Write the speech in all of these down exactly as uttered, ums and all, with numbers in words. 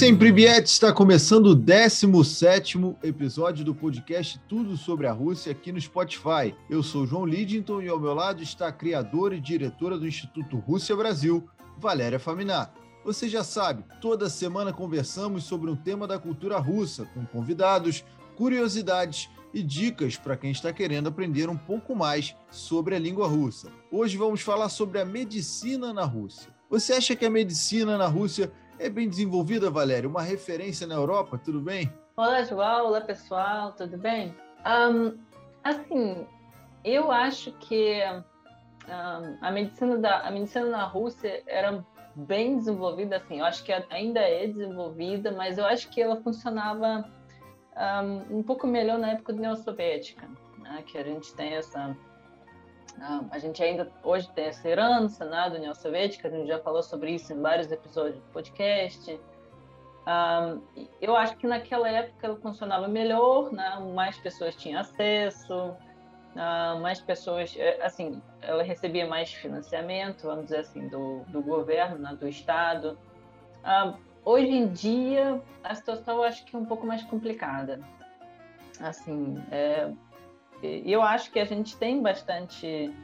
Всем привет! Está começando o décimo sétimo episódio do podcast Tudo sobre a Rússia aqui no Spotify. Eu sou o João Lidington e ao meu lado está a criadora e diretora do Instituto Rússia Brasil, Valéria Faminar. Você já sabe, toda semana conversamos sobre um tema da cultura russa, com convidados, curiosidades e dicas para quem está querendo aprender um pouco mais sobre a língua russa. Hoje vamos falar sobre a medicina na Rússia. Você acha que a medicina na Rússia é bem desenvolvida, Valéria? Uma referência na Europa, tudo bem? Olá, João. Olá, pessoal. Tudo bem? Um, assim, eu acho que um, a, medicina da, a medicina na Rússia era bem desenvolvida, assim. Eu acho que ainda é desenvolvida, mas eu acho que ela funcionava um, um pouco melhor na época da União Soviética, né? Que a gente tem essa... Um, a gente ainda hoje tem essa herança, né, da União Soviética, a gente já falou sobre isso em vários episódios do podcast. Um, eu acho que naquela época ela funcionava melhor, né, mais pessoas tinham acesso, uh, mais pessoas, assim, ela recebia mais financiamento, vamos dizer assim, do, do governo, né, do Estado. Uh, hoje em dia, a situação eu acho que é um pouco mais complicada. Assim, é... Eu acho que a gente tem bastante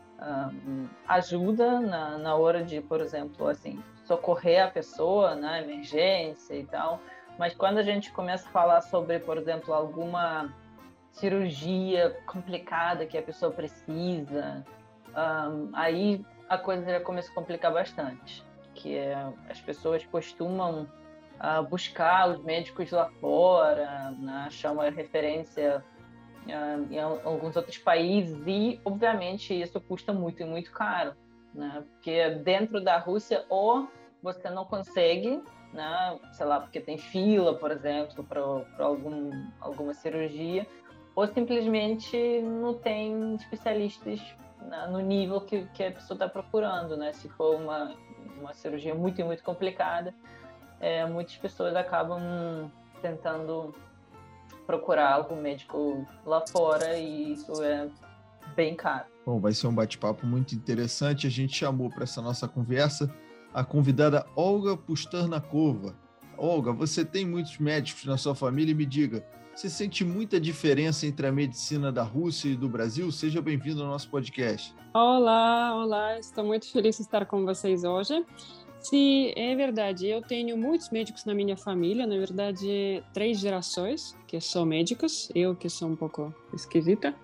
um, ajuda na, na hora de, por exemplo, assim, socorrer a pessoa na emergência e tal, mas quando a gente começa a falar sobre, por exemplo, alguma cirurgia complicada que a pessoa precisa, um, aí a coisa já começa a complicar bastante, que é, as pessoas costumam uh, buscar os médicos lá fora, né, achar uma referência em alguns outros países e, obviamente, isso custa muito e muito caro, né? Porque dentro da Rússia, ou você não consegue, né? Sei lá, porque tem fila, por exemplo, para algum, alguma cirurgia, ou simplesmente não tem especialistas, né, no nível que, que a pessoa está procurando, né? Se for uma, uma cirurgia muito e muito complicada, é, muitas pessoas acabam tentando procurar algum médico lá fora e isso é bem caro. Bom, vai ser um bate-papo muito interessante. A gente chamou para essa nossa conversa a convidada Olga Pustarnakova. Olga, você tem muitos médicos na sua família e me diga, você sente muita diferença entre a medicina da Rússia e do Brasil? Seja bem-vindo ao nosso podcast. Olá, olá, estou muito feliz de estar com vocês hoje. Sim, é verdade. Eu tenho muitos médicos na minha família, na verdade, três gerações que são médicos, eu que sou um pouco esquisita.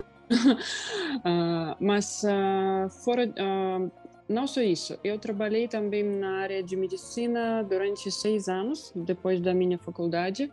uh, mas uh, fora, uh, não só isso, eu trabalhei também na área de medicina durante seis anos, depois da minha faculdade,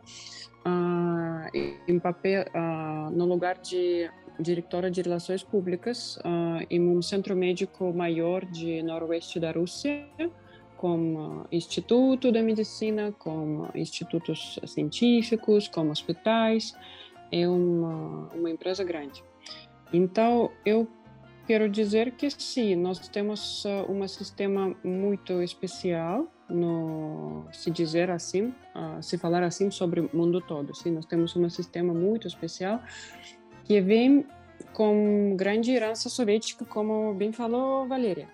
uh, em papel, uh, no lugar de diretora de relações públicas, uh, em um centro médico maior de noroeste da Rússia, com Instituto da Medicina, com institutos científicos, com hospitais, é uma, uma empresa grande. Então, eu quero dizer que sim, nós temos um sistema muito especial, no, se dizer assim, uh, se falar assim sobre o mundo todo. Sim, nós temos um sistema muito especial que vem com grande herança soviética, como bem falou Valéria.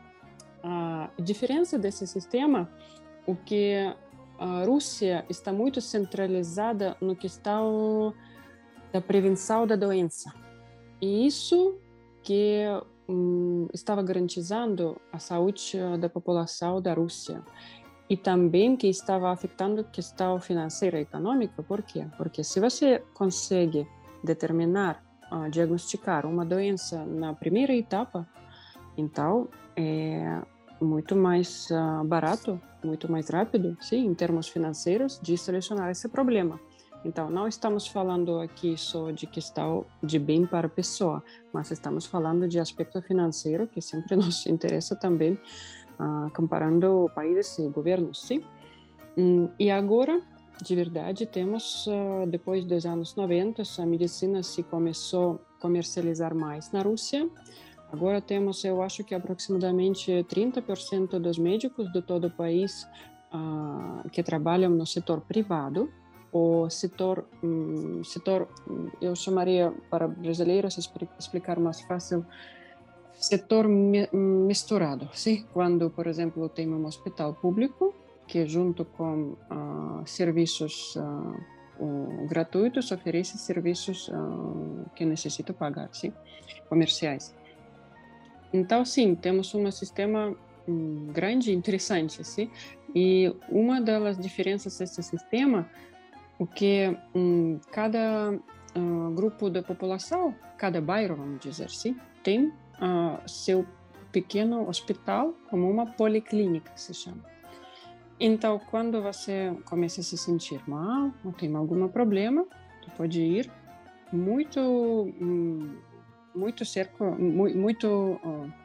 A diferença desse sistema, o que a Rússia está muito centralizada no questão da prevenção da doença. E isso que um, estava garantizando a saúde da população da Rússia. E também que estava afetando a questão financeira e econômica. Por quê? Porque se você consegue determinar, uh, diagnosticar uma doença na primeira etapa, então, é muito mais uh, barato, muito mais rápido, sim, em termos financeiros, de solucionar esse problema. Então, não estamos falando aqui só de questão de bem para a pessoa, mas estamos falando de aspecto financeiro, que sempre nos interessa também, uh, comparando países e governos, sim. Um, e agora, de verdade, temos, uh, depois dos anos noventa, a medicina se começou a comercializar mais na Rússia. Agora temos, eu acho que aproximadamente trinta por cento dos médicos de todo o país uh, que trabalham no setor privado, o setor, um, setor, eu chamaria para brasileiros explicar mais fácil, setor mi- misturado, sim? Quando, por exemplo, tem um hospital público que junto com uh, serviços uh, uh, gratuitos oferece serviços uh, que necessito pagar, sim, comerciais. Então, sim, temos um sistema um, grande e interessante, sim, e uma das diferenças desse sistema é que um, cada uh, grupo da população, cada bairro, vamos dizer assim, tem uh, seu pequeno hospital como uma policlínica, se chama. Então, quando você começa a se sentir mal, ou tem algum problema, você pode ir muito, muito cerca, muito,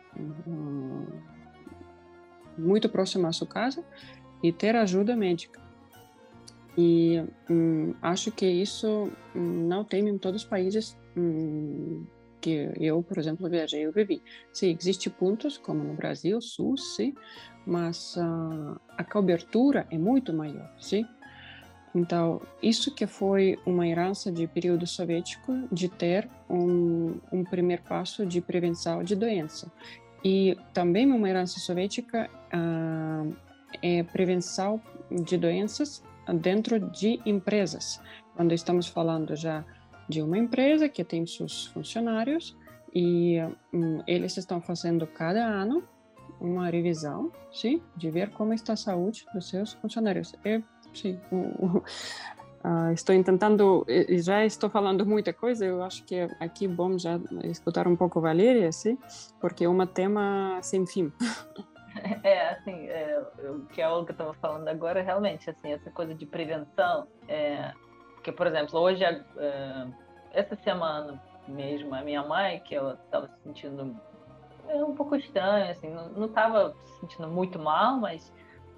muito próximo à sua casa e ter ajuda médica. E hum, acho que isso hum, não tem em todos os países hum, que eu, por exemplo, viajei, eu vivi. Sim, existem pontos, como no Brasil, SUS, sim, mas uh, a cobertura é muito maior, sim? Então, isso que foi uma herança de período soviético, de ter um, um primeiro passo de prevenção de doença. E também uma herança soviética uh, é prevenção de doenças dentro de empresas. Quando estamos falando já de uma empresa que tem seus funcionários e um, eles estão fazendo cada ano uma revisão, sim, de ver como está a saúde dos seus funcionários. É, sim, uh, uh, uh, estou tentando, já estou falando muita coisa, eu acho que aqui é bom já escutar um pouco Valéria, sim, porque é um tema sem fim. É, assim, é, o que a Olga estava falando agora, realmente, assim, essa coisa de prevenção, é, porque, por exemplo, hoje, é, essa semana mesmo, a minha mãe, que ela estava se sentindo é, um pouco estranha, assim, não estava se sentindo muito mal, mas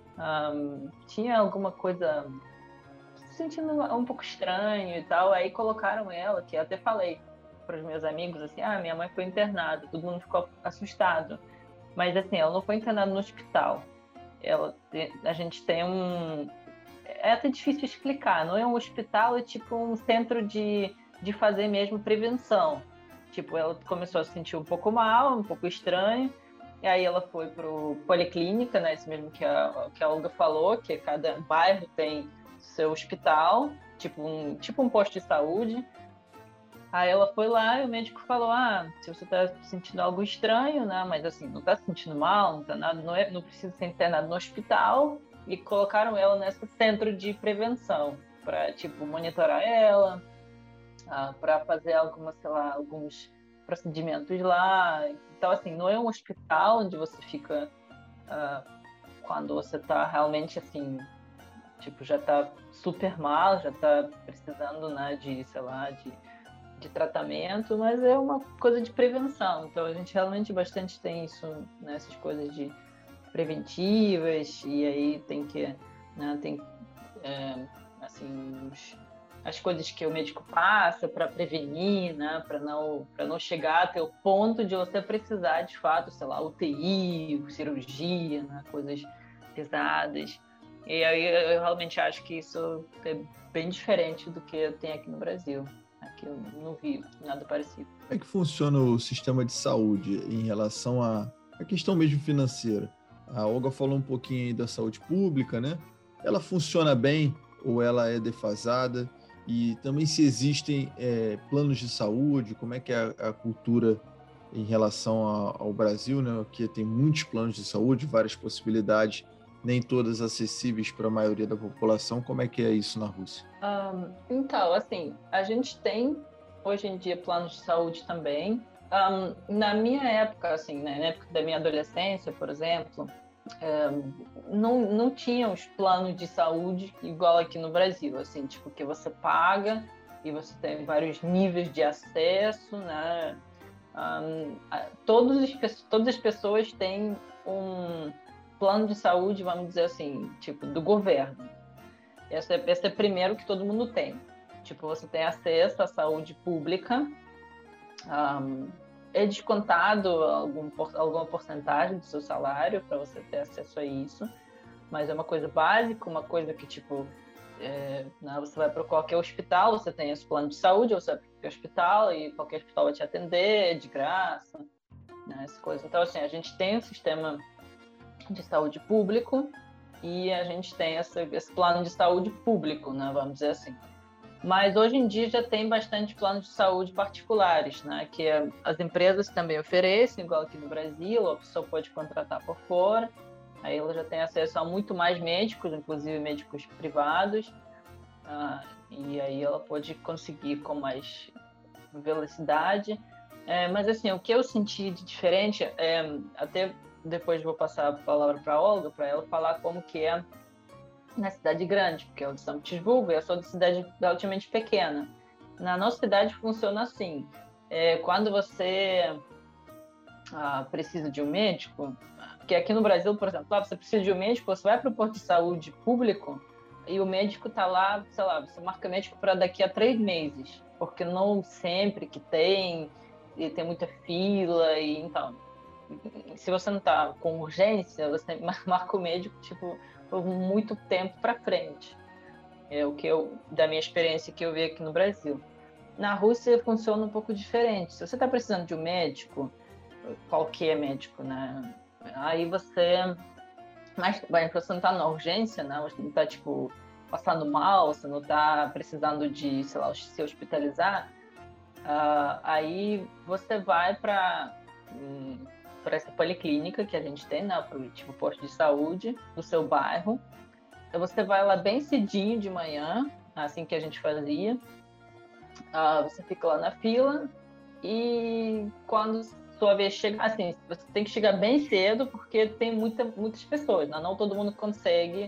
um, tinha alguma coisa, se sentindo um pouco estranho e tal, aí colocaram ela, que eu até falei para os meus amigos, assim, ah, minha mãe foi internada, todo mundo ficou assustado. Mas, assim, ela não foi internada no hospital. Ela, a gente tem um... É até difícil explicar. Não é um hospital, é tipo um centro de, de fazer mesmo prevenção. Tipo, ela começou a se sentir um pouco mal, um pouco estranho. E aí ela foi para o policlínica, né? Isso mesmo que a, que a Olga falou, que cada bairro tem seu hospital, tipo um, tipo um posto de saúde. Aí ela foi lá e o médico falou, ah, se você tá sentindo algo estranho, né, mas assim, não tá se sentindo mal, não tá nada, não, é, não precisa ser internado no hospital, e colocaram ela nesse centro de prevenção, para tipo, monitorar ela, ah, para fazer algumas, sei lá, alguns procedimentos lá. Então, assim, não é um hospital onde você fica, ah, quando você tá realmente, assim, tipo, já tá super mal, já tá precisando, né, de, sei lá, de de tratamento, mas é uma coisa de prevenção. Então, a gente realmente bastante tem isso, né, essas coisas de preventivas, e aí tem que, né, tem, é, assim, os, as coisas que o médico passa para prevenir, né, para não, para não chegar até o ponto de você precisar, de fato, sei lá, U T I, cirurgia, né, coisas pesadas. E aí eu realmente acho que isso é bem diferente do que tem aqui no Brasil. Aqui eu não vi nada parecido. Como é que funciona o sistema de saúde em relação à, à questão mesmo financeira? A Olga falou um pouquinho aí da saúde pública, né? Ela funciona bem ou ela é defasada? E também se existem é, planos de saúde, como é que é a, a cultura em relação a, ao Brasil, né? Aqui tem muitos planos de saúde, várias possibilidades, nem todas acessíveis para a maioria da população. Como é que é isso na Rússia? Um, então, assim, a gente tem hoje em dia planos de saúde também. Um, na minha época, assim, né, na época da minha adolescência, por exemplo, um, não, não tinha os planos de saúde igual aqui no Brasil, assim, tipo, que você paga e você tem vários níveis de acesso, né? Um, todos os, todas as pessoas têm um plano de saúde, vamos dizer assim, tipo, do governo. Esse é, esse é primeiro que todo mundo tem. Tipo, você tem acesso à saúde pública, um, é descontado algum, alguma porcentagem do seu salário para você ter acesso a isso, mas é uma coisa básica, uma coisa que, tipo, é, né, você vai para qualquer hospital, você tem esse plano de saúde, você vai para qualquer hospital e qualquer hospital vai te atender de graça, né, essa coisa. Então, assim, a gente tem um sistema de saúde público, e a gente tem essa, esse plano de saúde público, né, vamos dizer assim. Mas hoje em dia já tem bastante planos de saúde particulares, né, que as empresas também oferecem, igual aqui no Brasil, a pessoa pode contratar por fora, aí ela já tem acesso a muito mais médicos, inclusive médicos privados, uh, e aí ela pode conseguir com mais velocidade. É, mas assim, o que eu senti de diferente, é, até depois vou passar a palavra para a Olga, para ela falar como que é na cidade grande, porque eu de São Petersburgo, eu sou de cidade relativamente pequena. Na nossa cidade funciona assim, é, quando você ah, precisa de um médico, porque aqui no Brasil, por exemplo, lá você precisa de um médico, você vai para o posto de saúde público e o médico está lá, sei lá, você marca médico para daqui a três meses, porque não sempre que tem, e tem muita fila, e então, se você não está com urgência, você marca o médico, tipo, por muito tempo para frente. É o que eu, da minha experiência que eu vi aqui no Brasil. Na Rússia funciona um pouco diferente. Se você está precisando de um médico, qualquer médico, né? Aí você, mas bem, você não está na urgência, né? Você não está tipo passando mal, você não está precisando de, sei lá, se hospitalizar. Uh, aí você vai para um, para essa policlínica que a gente tem, né, para o tipo posto de saúde do seu bairro. Então você vai lá bem cedinho de manhã, assim que a gente fazia. Uh, você fica lá na fila e quando sua vez chega, assim, você tem que chegar bem cedo porque tem muita, muitas pessoas, né? Não todo mundo consegue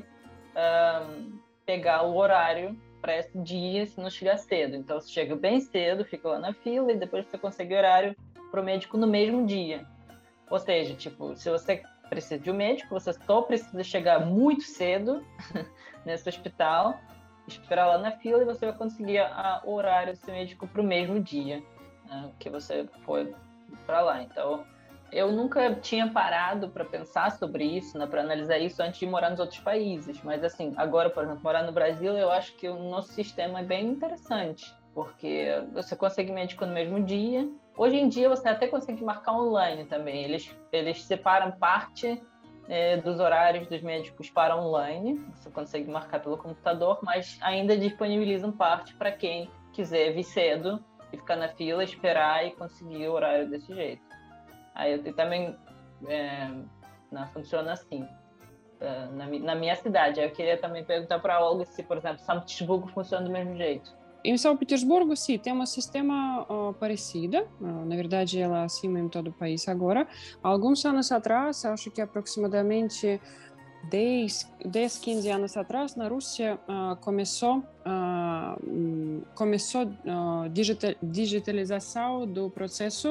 uh, pegar o horário para esse dia se não chegar cedo. Então você chega bem cedo, fica lá na fila e depois você consegue horário para o médico no mesmo dia. Ou seja, tipo, se você precisa de um médico, você só precisa chegar muito cedo nesse hospital, esperar lá na fila e você vai conseguir o horário do seu médico para o mesmo dia, né, que você foi para lá. Então, eu nunca tinha parado para pensar sobre isso, né, para analisar isso antes de morar nos outros países. Mas, assim, agora, por exemplo, morar no Brasil, eu acho que o nosso sistema é bem interessante, porque você consegue médico no mesmo dia. Hoje em dia, você até consegue marcar online também. Eles, eles separam parte é, dos horários dos médicos para online. Você consegue marcar pelo computador, mas ainda disponibilizam parte para quem quiser vir cedo e ficar na fila, esperar e conseguir o horário desse jeito. Aí eu também é, não, funciona assim, é, na, na minha cidade. Aí eu queria também perguntar para a Olga se, por exemplo, São Petersburgo funciona do mesmo jeito. Em São Petersburgo, sim, tem um sistema uh, parecido. Uh, na verdade, ela é assim em todo o país agora. Há alguns anos atrás, acho que aproximadamente dez, quinze anos atrás, na Rússia, uh, começou a uh, começou uh, digital, digitalização do processo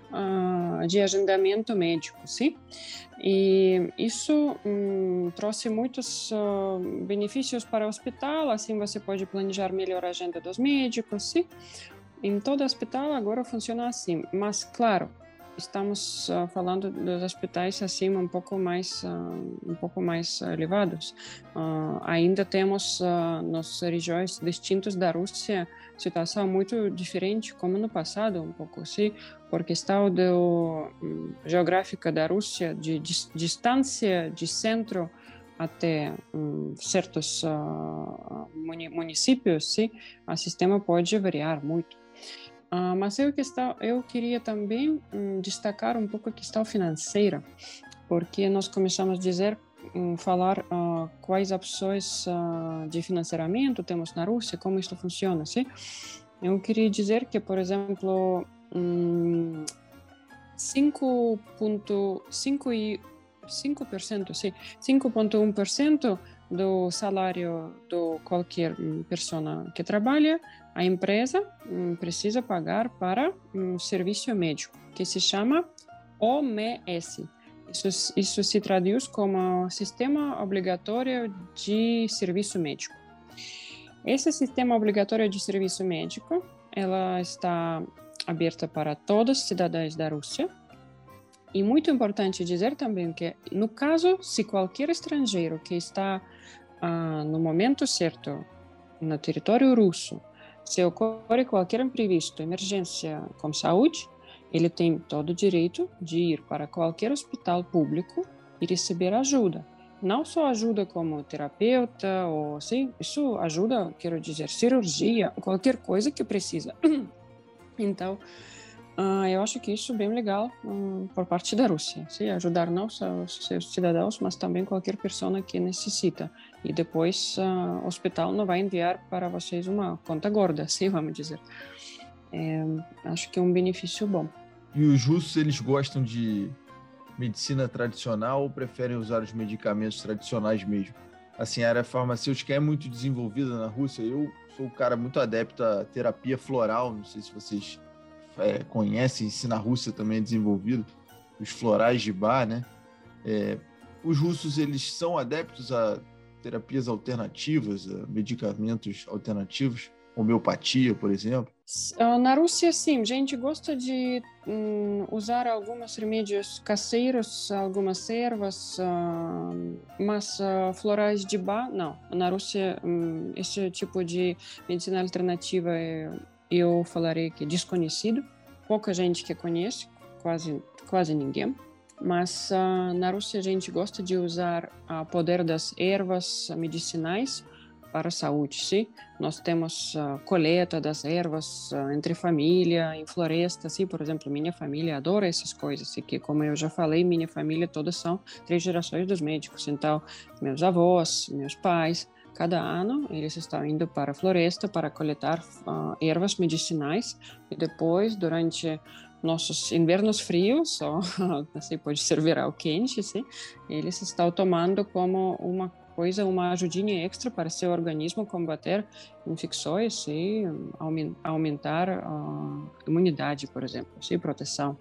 uh, de agendamento médico, sim? E isso um, trouxe muitos uh, benefícios para o hospital, assim você pode planejar melhor a agenda dos médicos, sim? Em todo hospital agora funciona assim, mas claro, estamos uh, falando dos hospitais assim um pouco mais uh, um pouco mais uh, elevados. Uh, ainda temos uh, nas regiões distintas da Rússia situação muito diferente como no passado um pouco assim, por questão do um, geográfica da Rússia, de, de distância de centro até um, certos uh, municípios, sim, o sistema pode variar muito. Uh, mas eu, questão, eu queria também um, destacar um pouco a questão financeira, porque nós começamos a dizer, um, falar uh, quais opções uh, de financiamento temos na Rússia, como isso funciona, sim? Eu queria dizer que, por exemplo, um, cinco vírgula cinco por cento, sim, cinco vírgula um por cento do salário de qualquer pessoa que trabalha, a empresa um, precisa pagar para um serviço médico, que se chama O M S. Isso, isso se traduz como Sistema Obrigatório de Serviço Médico. Esse Sistema Obrigatório de Serviço Médico, ela está aberta para todos os cidadãos da Rússia. E muito importante dizer também que, no caso, se qualquer estrangeiro que está ah, no momento certo no território russo, se ocorre qualquer imprevisto, emergência com saúde, ele tem todo o direito de ir para qualquer hospital público e receber ajuda. não só ajuda como terapeuta, ou sim, isso ajuda, quero dizer, cirurgia, qualquer coisa que precisa. Então, uh, eu acho que isso é bem legal uh, por parte da Rússia, sim, ajudar não só os seus cidadãos, mas também qualquer pessoa que necessita. E depois uh, o hospital não vai enviar para vocês uma conta gorda, sim, vamos dizer. É, acho que é um benefício bom. E os russos, eles gostam de medicina tradicional ou preferem usar os medicamentos tradicionais mesmo? Assim, a área farmacêutica é muito desenvolvida na Rússia. Eu sou um cara muito adepto à terapia floral, não sei se vocês é, conhecem, se na Rússia também é desenvolvido, os florais de Bach, né? É, os russos, eles são adeptos a terapias alternativas, a medicamentos alternativos, homeopatia, por exemplo? Na Rússia, sim, a gente gosta de hum, usar alguns remédios caseiros, algumas ervas, uh, mas uh, florais de Bach, não. Na Rússia, hum, esse tipo de medicina alternativa é, eu falarei que é desconhecido. Pouca gente que conhece, quase, quase ninguém. Mas uh, na Rússia a gente gosta de usar o uh, poder das ervas medicinais para a saúde, sim. Nós temos uh, coleta das ervas uh, entre família, em floresta, sim. Por exemplo, minha família adora essas coisas, e que, como eu já falei, minha família todas são três gerações dos médicos. Então, meus avós, meus pais, cada ano eles estão indo para a floresta para coletar uh, ervas medicinais, e depois, durante nossos invernos frios, ou assim pode ser verão quente, sim, eles estão tomando como uma coisa, uma ajudinha extra para seu organismo combater infecções e aumentar a imunidade, por exemplo, sim, proteção.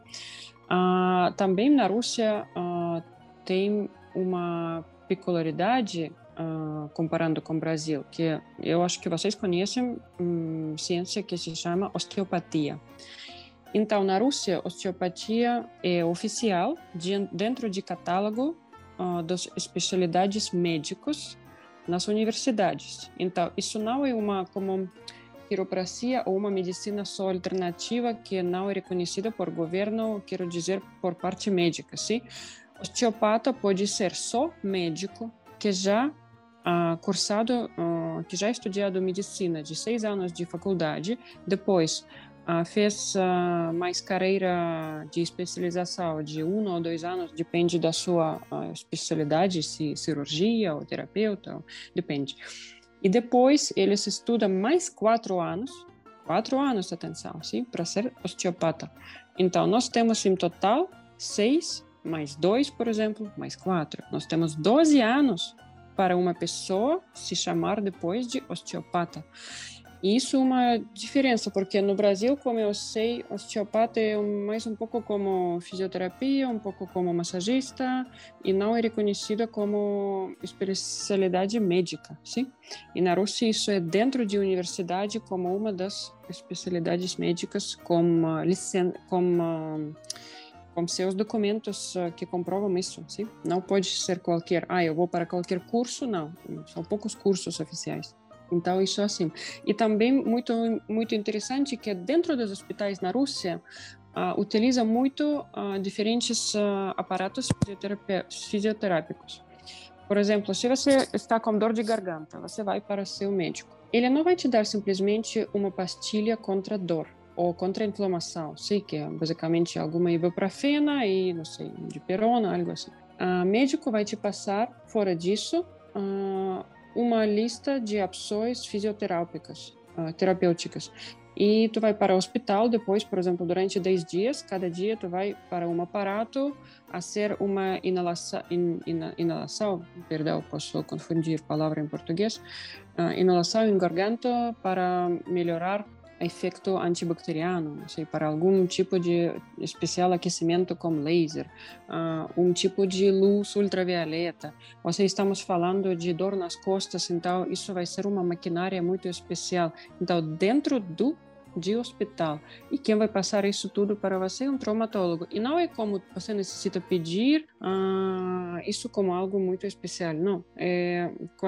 Uh, também na Rússia uh, tem uma peculiaridade, uh, comparando com o Brasil, que eu acho que vocês conhecem, um, ciência que se chama osteopatia. Então, na Rússia, osteopatia é oficial de, dentro de catálogo uh, das especialidades médicas nas universidades. Então, isso não é uma como quiropracia ou uma medicina só alternativa que não é reconhecida por governo, quero dizer, por parte médica, sim? Osteopata pode ser só médico que já uh, cursado, uh, que já estudado medicina de seis anos de faculdade, depois Uh, fez uh, mais carreira de especialização de um ou dois anos, depende da sua uh, especialidade, se cirurgia ou terapeuta, depende. E depois eles estudam mais quatro anos, quatro anos, atenção, sim, para ser osteopata. Então, nós temos em total seis, mais dois, por exemplo, mais quatro. Nós temos doze anos para uma pessoa se chamar depois de osteopata. Isso é uma diferença, porque no Brasil, como eu sei, osteopata é mais um pouco como fisioterapia, um pouco como massagista, e não é reconhecida como especialidade médica, sim? E na Rússia isso é dentro de universidade como uma das especialidades médicas, com, licen- com, com seus documentos que comprovam isso, sim? Não pode ser qualquer, ah, eu vou para qualquer curso, não. São poucos cursos oficiais. Então, isso é assim. E também muito, muito interessante que dentro dos hospitais na Rússia, uh, utiliza muito uh, diferentes uh, aparatos fisioterápicos. Por exemplo, se você está com dor de garganta, você vai para o seu médico. Ele não vai te dar simplesmente uma pastilha contra dor ou contra inflamação, sei que é basicamente alguma ibuprofena e, não sei, dipirona, algo assim. O médico vai te passar, fora disso, uh, uma lista de opções fisioterápicas, uh, terapêuticas. E tu vai para o hospital depois, por exemplo, durante dez dias, cada dia tu vai para um aparato a ser uma inalação, in, in, inalação perdão, posso confundir palavra em português, uh, inalação em garganta para melhorar o efeito antibacteriano, não sei, para algum tipo de especial aquecimento com laser, uh, um tipo de luz ultravioleta. Ou seja, estamos falando de dor nas costas, então isso vai ser uma maquinária muito especial. Então, dentro do de hospital. E quem vai passar isso tudo para você é um traumatólogo. E não é como você necessita pedir uh, isso como algo muito especial, não. É quase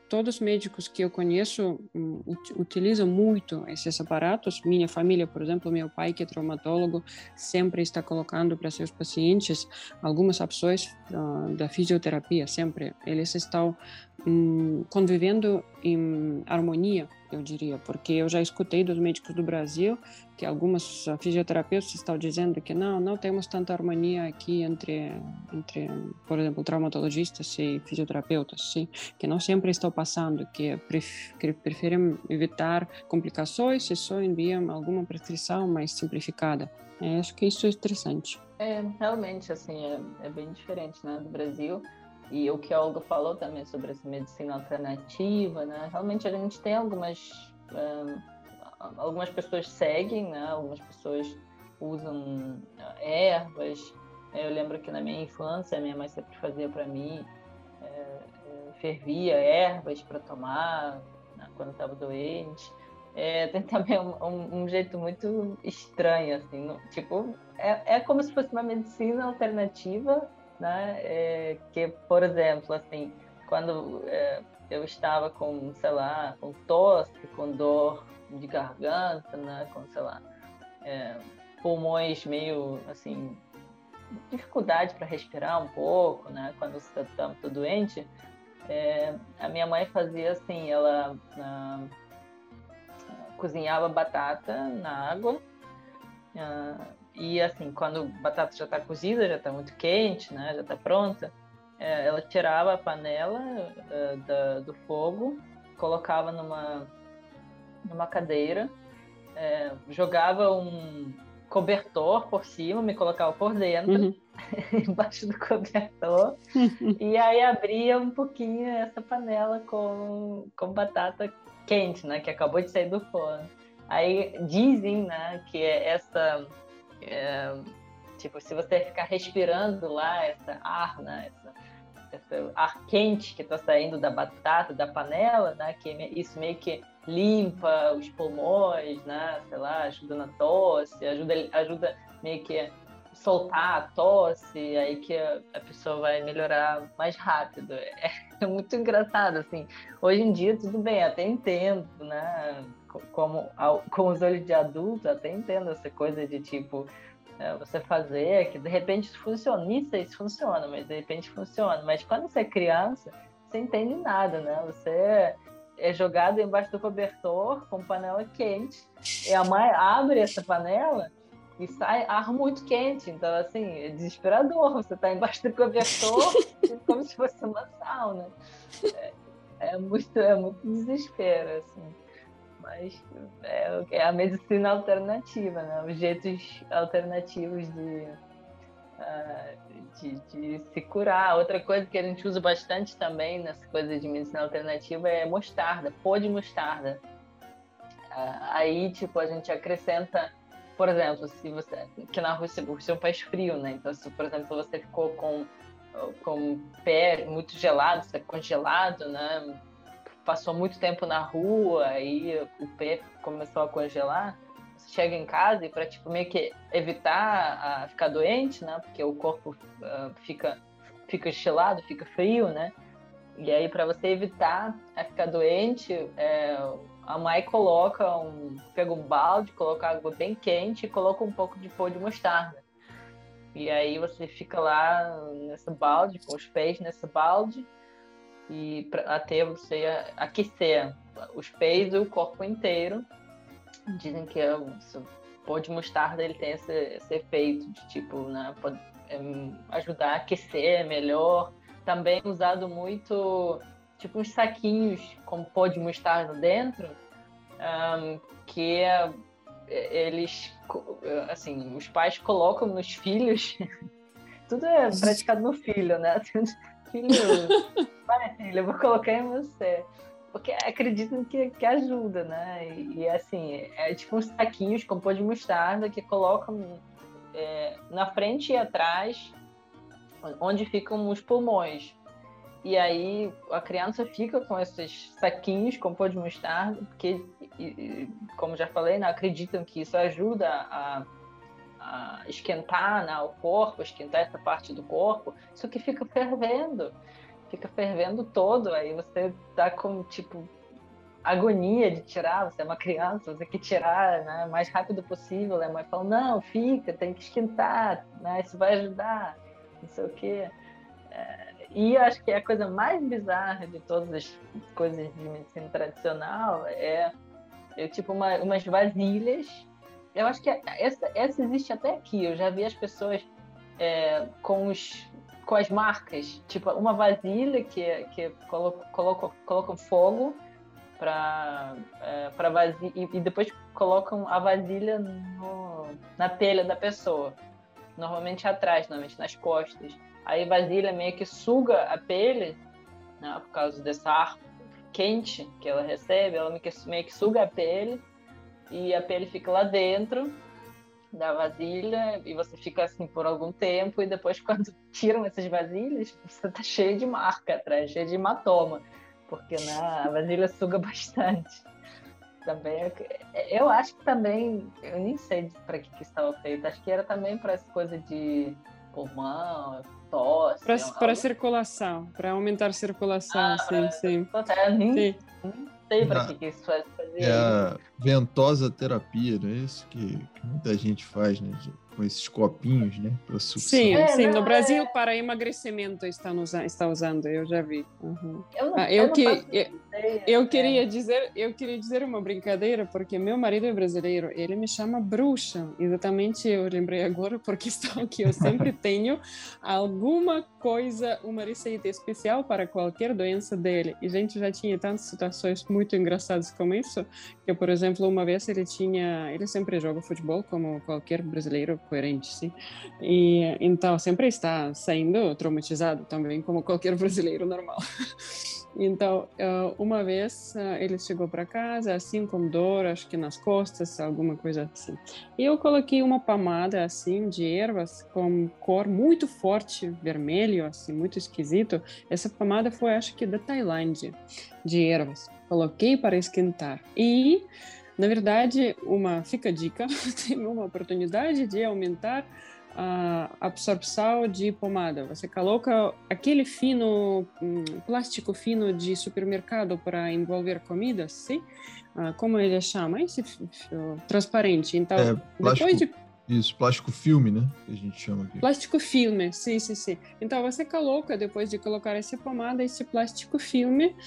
todos os médicos que eu conheço um, utilizam muito esses aparatos. Minha família, por exemplo, meu pai, que é traumatólogo, sempre está colocando para seus pacientes algumas opções uh, da fisioterapia, sempre. Eles estão um, convivendo em harmonia, eu diria, porque eu já escutei dos médicos do Brasil que algumas fisioterapeutas estão dizendo que não, não temos tanta harmonia aqui entre, entre por exemplo, traumatologistas e fisioterapeutas, sim, que não sempre estão passando, que, pref, que preferem evitar complicações e só enviam alguma prescrição mais simplificada. Eu acho que isso é interessante. É, realmente, assim, é, é bem diferente, né, do Brasil. E o que a Olga falou também sobre essa medicina alternativa, né, realmente a gente tem algumas... Um, algumas pessoas seguem, né? Algumas pessoas usam ervas. Eu lembro que na minha infância, a minha mãe sempre fazia para mim, é, é, fervia ervas para tomar, né? Quando estava doente. É, tem também um, um, um jeito muito estranho, assim, no, tipo, é, é como se fosse uma medicina alternativa, né? É, que, por exemplo, assim, quando é, eu estava com, sei lá, com tosse, com dor de garganta, né, com, sei lá, é, pulmões meio, assim, dificuldade para respirar um pouco, né, quando você está muito doente, é, a minha mãe fazia assim, ela ah, cozinhava batata na água, ah, e assim, quando a batata já está cozida, já está muito quente, né, já está pronta, é, ela tirava a panela uh, da, do fogo, colocava numa numa cadeira, é, jogava um cobertor por cima, me colocava por dentro, uhum. embaixo do cobertor, e aí abria um pouquinho essa panela com, com batata quente, né, que acabou de sair do forno. Aí dizem, né, que essa, é, tipo, se você ficar respirando lá, essa ar, né, essa, esse ar quente que está saindo da batata, da panela, né, que isso meio que limpa os pulmões, né, sei lá, ajuda na tosse, ajuda, ajuda meio que soltar a tosse, aí que a, a pessoa vai melhorar mais rápido. É, é muito engraçado, assim. Hoje em dia, tudo bem, até entendo, né, como, com os olhos de adulto, até entendo essa coisa de, tipo, é, você fazer, que de repente isso funciona, nem sei se funciona, mas de repente funciona. Mas quando você é criança, você entende nada, né? Você é jogado embaixo do cobertor com panela quente, e a mãe abre essa panela e sai ar muito quente. Então, assim, é desesperador. Você está embaixo do cobertor como se fosse uma sauna. É, é, muito, é muito desespero, assim. Mas é, é a medicina alternativa, né? Os jeitos alternativos de, uh, de, de se curar. Outra coisa que a gente usa bastante também nessa coisa de medicina alternativa é mostarda, pó de mostarda. Uh, aí, tipo, a gente acrescenta, por exemplo, se você, que na Rússia, a Rússia é um país frio, né? Então, se, por exemplo, você ficou com, com o pé muito gelado, você é congelado, né? Passou muito tempo na rua, aí o pé começou a congelar, você chega em casa e para tipo, meio que evitar a ficar doente, né? Porque o corpo uh, fica, fica gelado, fica frio, né? E aí para você evitar a ficar doente, é, a mãe coloca um, pega um balde, coloca água bem quente e coloca um pouco de pó de mostarda. E aí você fica lá nesse balde, com os pés nesse balde, e pra, até você aquecer os pés e o corpo inteiro. Dizem que o pó de mostarda ele tem esse, esse efeito de tipo, né, pode é, ajudar a aquecer melhor. Também usado muito tipo uns saquinhos com pó de mostarda dentro, um, que é, eles assim, os pais colocam nos filhos. Tudo é praticado no filho, né? Filho, vai, filho, eu vou colocar em você. Porque acreditam que, que ajuda, né? E, e assim, é tipo uns saquinhos com pó de mostarda que colocam é, na frente e atrás, onde ficam os pulmões. E aí a criança fica com esses saquinhos com pó de mostarda, porque, e, como já falei, né, acreditam que isso ajuda a a esquentar, né, o corpo, esquentar essa parte do corpo, isso que fica fervendo. fica fervendo todo, aí você tá com, tipo, agonia de tirar, você é uma criança, você quer tirar, né, o mais rápido possível, a mãe fala, não, fica, tem que esquentar, né, isso vai ajudar, não sei o quê. É, e acho que a coisa mais bizarra de todas as coisas de medicina tradicional é, é tipo, uma, umas vasilhas. Eu acho que essa, essa existe até aqui, eu já vi as pessoas é, com, os, com as marcas, tipo, uma vasilha que, que colocam coloca, coloca fogo para é, para vasilha e, e depois colocam a vasilha no, na telha da pessoa, normalmente atrás, normalmente nas costas. Aí a vasilha meio que suga a pele, né, por causa dessa ar quente que ela recebe, ela meio que, meio que suga a pele e a pele fica lá dentro da vasilha e você fica assim por algum tempo e depois quando tiram essas vasilhas você tá cheio de marca atrás, cheio de hematoma, porque, né, a vasilha suga bastante. Também, eu acho que também, eu nem sei para que que estava feito, acho que era também para essa coisa de pulmão, tosse. Para a circulação, para aumentar a circulação, ah, sim, pra, sim. Eu nem, sim. nem sei para que que isso fazia. É a ventosa terapia, não é isso que, que muita gente faz, né? Com esses copinhos, né? Para Sim, é, sim. não, No Brasil, é... para emagrecimento está, está usando, eu já vi. Uhum. Eu não, ah, eu, eu não que, faço eu, ideia, eu queria é. dizer, eu queria dizer uma brincadeira, porque meu marido é brasileiro, ele me chama bruxa. Exatamente, eu lembrei agora por questão que eu sempre tenho alguma coisa, uma receita especial para qualquer doença dele. E a gente já tinha tantas situações muito engraçadas como isso, que, por exemplo, uma vez ele tinha, ele sempre joga futebol como qualquer brasileiro coerente, sim. E então sempre está saindo traumatizado também, como qualquer brasileiro normal. Então, uma vez ele chegou para casa, assim, com dor, acho que nas costas, alguma coisa assim. E eu coloquei uma pomada, assim, de ervas com cor muito forte, vermelho, assim, muito esquisito. Essa pomada foi, acho que, da Tailândia, de ervas. Coloquei para esquentar. E, na verdade, uma, fica a dica, tem uma oportunidade de aumentar a absorção de pomada. Você coloca aquele fino, um, plástico fino de supermercado para envolver comida, sim? Ah, como ele chama? Esse transparente. Então, é, plástico, depois de isso, plástico filme, né? Que a gente chama aqui. Plástico filme, sim, sim, sim. Então, você coloca, depois de colocar essa pomada, esse plástico filme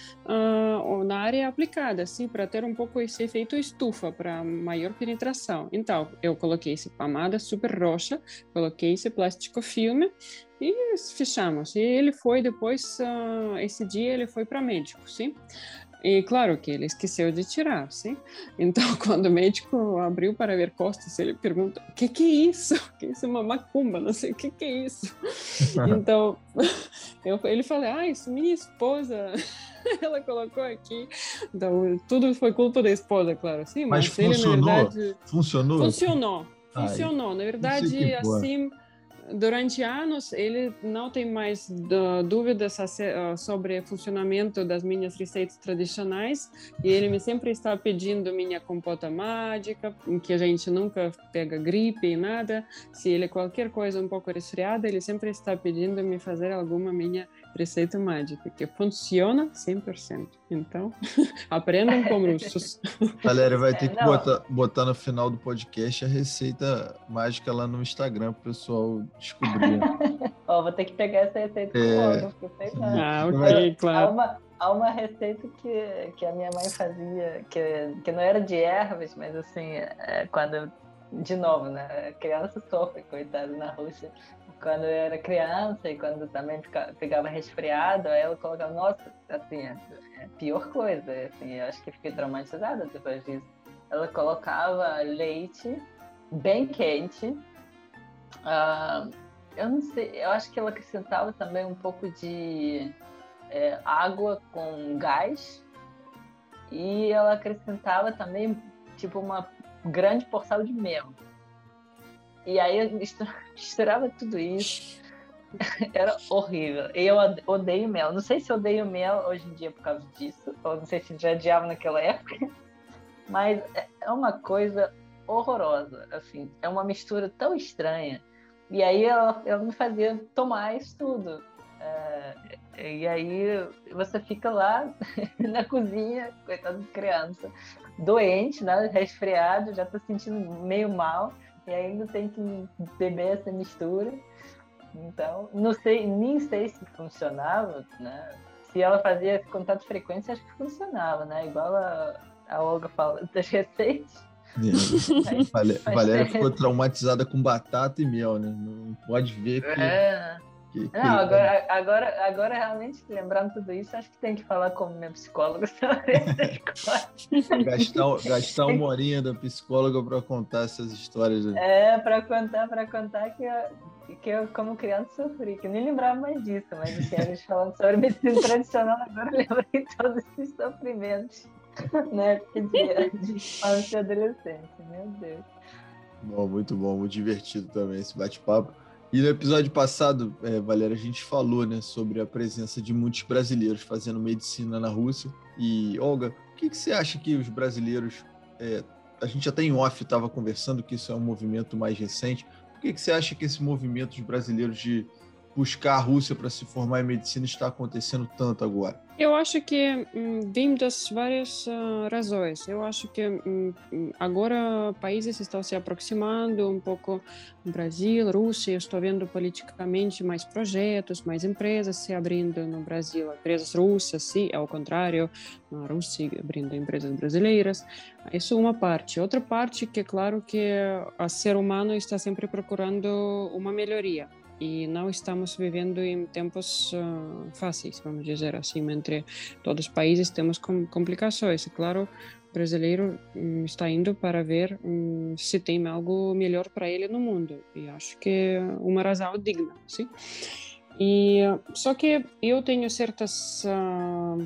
uh, na área aplicada, assim, para ter um pouco esse efeito estufa, para maior penetração. Então, eu coloquei essa pomada super roxa, coloquei esse plástico filme e fechamos. E ele foi depois, uh, esse dia ele foi para médico, sim? E claro que ele esqueceu de tirar, sim? Então, quando o médico abriu para ver costas, ele pergunta, o que, que é isso? Que isso é uma macumba, não sei o que, que é isso. Então, eu, ele falou, ah, isso minha esposa, ela colocou aqui. Então, tudo foi culpa da esposa, claro, sim, mas, mas ele, funcionou? na verdade... Funcionou? Funcionou, funcionou. Ai, na verdade, assim... Durante anos, ele não tem mais dúvidas sobre o funcionamento das minhas receitas tradicionais e ele me sempre está pedindo minha compota mágica, que a gente nunca pega gripe e nada. Se ele qualquer coisa um pouco resfriada, ele sempre está pedindo me fazer alguma minha receita mágica, que funciona cem por cento. Então, aprendam com russos. Galera, vai ter é, que botar, botar no final do podcast a receita mágica lá no Instagram para o pessoal descobrir. Ó, vou ter que pegar essa receita com é... o porque eu sei não. Ah, ok, claro. Há uma, há uma receita que, que a minha mãe fazia, que, que não era de ervas, mas assim, é, quando, de novo, né, a criança sofre, coitada, na Rússia. Quando eu era criança e quando também ficava, pegava resfriado, aí ela colocava, nossa, assim, é, é a pior coisa, assim, eu acho que fiquei traumatizada depois disso. Ela colocava leite bem quente, uh, eu não sei, eu acho que ela acrescentava também um pouco de é, água com gás e ela acrescentava também, tipo, uma grande porção de mel. E aí eu misturava tudo isso. Era horrível. E eu odeio mel. Não sei se eu odeio mel hoje em dia por causa disso, ou não sei se já odiava naquela época, mas é uma coisa horrorosa. Assim, é uma mistura tão estranha. E aí ela, ela me fazia tomar isso tudo. É, E aí você fica lá na cozinha, coitado de criança, doente, né? Resfriado, já está sentindo meio mal, e ainda tem que beber essa mistura. Então, não sei, nem sei se funcionava, né? Se ela fazia contato frequente, acho que funcionava, né? Igual a, a Olga fala das receitas. É. Mas, Valéria ficou traumatizada com batata e mel, né? Não pode ver que... É. que, que não, agora, agora, agora, realmente, lembrando tudo isso, acho que tem que falar com minha psicóloga sobre essas coisas. Gastar, gastar uma horinha da psicóloga para contar essas histórias. Né? É, para contar, para contar que eu, que eu, como criança, sofri, que eu nem lembrava mais disso, mas assim, a gente falando sobre medicina tradicional, agora eu lembrei todos esses sofrimentos, né, de, de infância e adolescência, meu Deus. Bom, muito bom, muito divertido também esse bate-papo. E no episódio passado, é, Valéria, a gente falou, né, sobre a presença de muitos brasileiros fazendo medicina na Rússia. E, Olga, o que, que você acha que os brasileiros... É, a gente até em off estava conversando que isso é um movimento mais recente. Por que, que você acha que esse movimento dos brasileiros de buscar a Rússia para se formar em medicina está acontecendo tanto agora? Eu acho que hum, vem das várias uh, razões. Eu acho que hum, agora países estão se aproximando um pouco, Brasil, Rússia. Eu estou vendo politicamente mais projetos, mais empresas se abrindo no Brasil, empresas russas, sim, ao contrário, na Rússia abrindo empresas brasileiras. Isso é uma parte. Outra parte que é claro que o ser humano está sempre procurando uma melhoria. E não estamos vivendo em tempos uh, fáceis, vamos dizer assim, entre todos os países temos com, complicações. E, claro, o brasileiro um, está indo para ver um, se tem algo melhor para ele no mundo. E acho que é uma razão digna, sim. E só que eu tenho certas uh,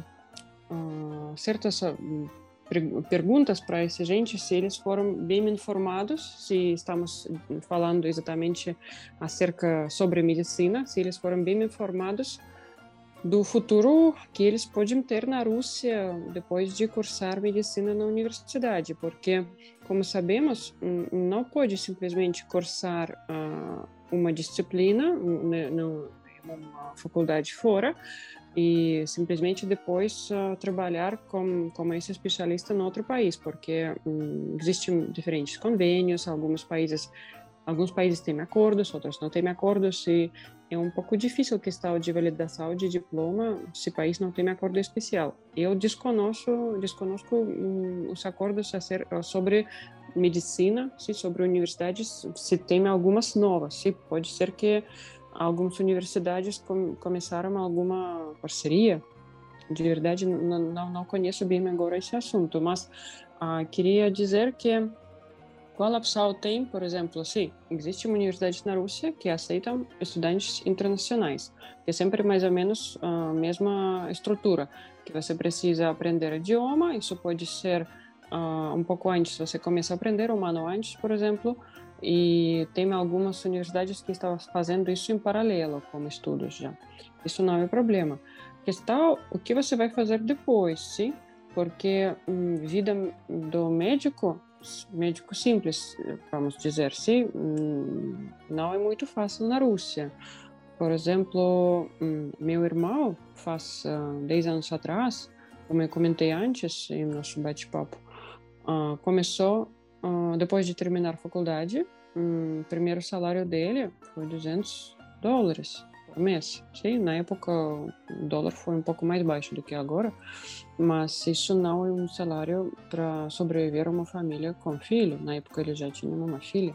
uh, certas uh, perguntas para essa gente, se eles foram bem informados, se estamos falando exatamente acerca sobre medicina, se eles foram bem informados do futuro que eles podem ter na Rússia depois de cursar medicina na universidade, porque, como sabemos, não pode simplesmente cursar uh, uma disciplina numa faculdade fora e simplesmente depois uh, trabalhar com, como esse especialista em outro país, porque um, existem diferentes convênios, alguns países, alguns países têm acordos, outros não têm acordos, e é um pouco difícil a questão de validação de diploma se o país não tem acordo especial. Eu desconosco, desconosco um, os acordos a ser, sobre medicina, sim, sobre universidades, se tem algumas novas, sim, pode ser que algumas universidades com, começaram alguma parceria. De verdade, não, não, não conheço bem agora esse assunto, mas ah, queria dizer que qual opção tem, por exemplo, sim, existe uma universidade na Rússia que aceitam estudantes internacionais, que é sempre mais ou menos a mesma estrutura, que você precisa aprender idioma, isso pode ser uh, um pouco antes, você começa a aprender um ano antes, por exemplo, e tem algumas universidades que estão fazendo isso em paralelo, como estudos já. Isso não é problema. A questão, o que você vai fazer depois, sim? Porque hum, vida do médico, médico simples, vamos dizer, sim, hum, não é muito fácil na Rússia. Por exemplo, hum, meu irmão faz uh, dez anos atrás, como eu comentei antes em nosso bate-papo, uh, começou Uh, depois de terminar a faculdade, um, o primeiro salário dele foi duzentos dólares por mês. Sim, na época o dólar foi um pouco mais baixo do que agora, mas isso não é um salário para sobreviver a uma família com filho. Na época ele já tinha uma filha.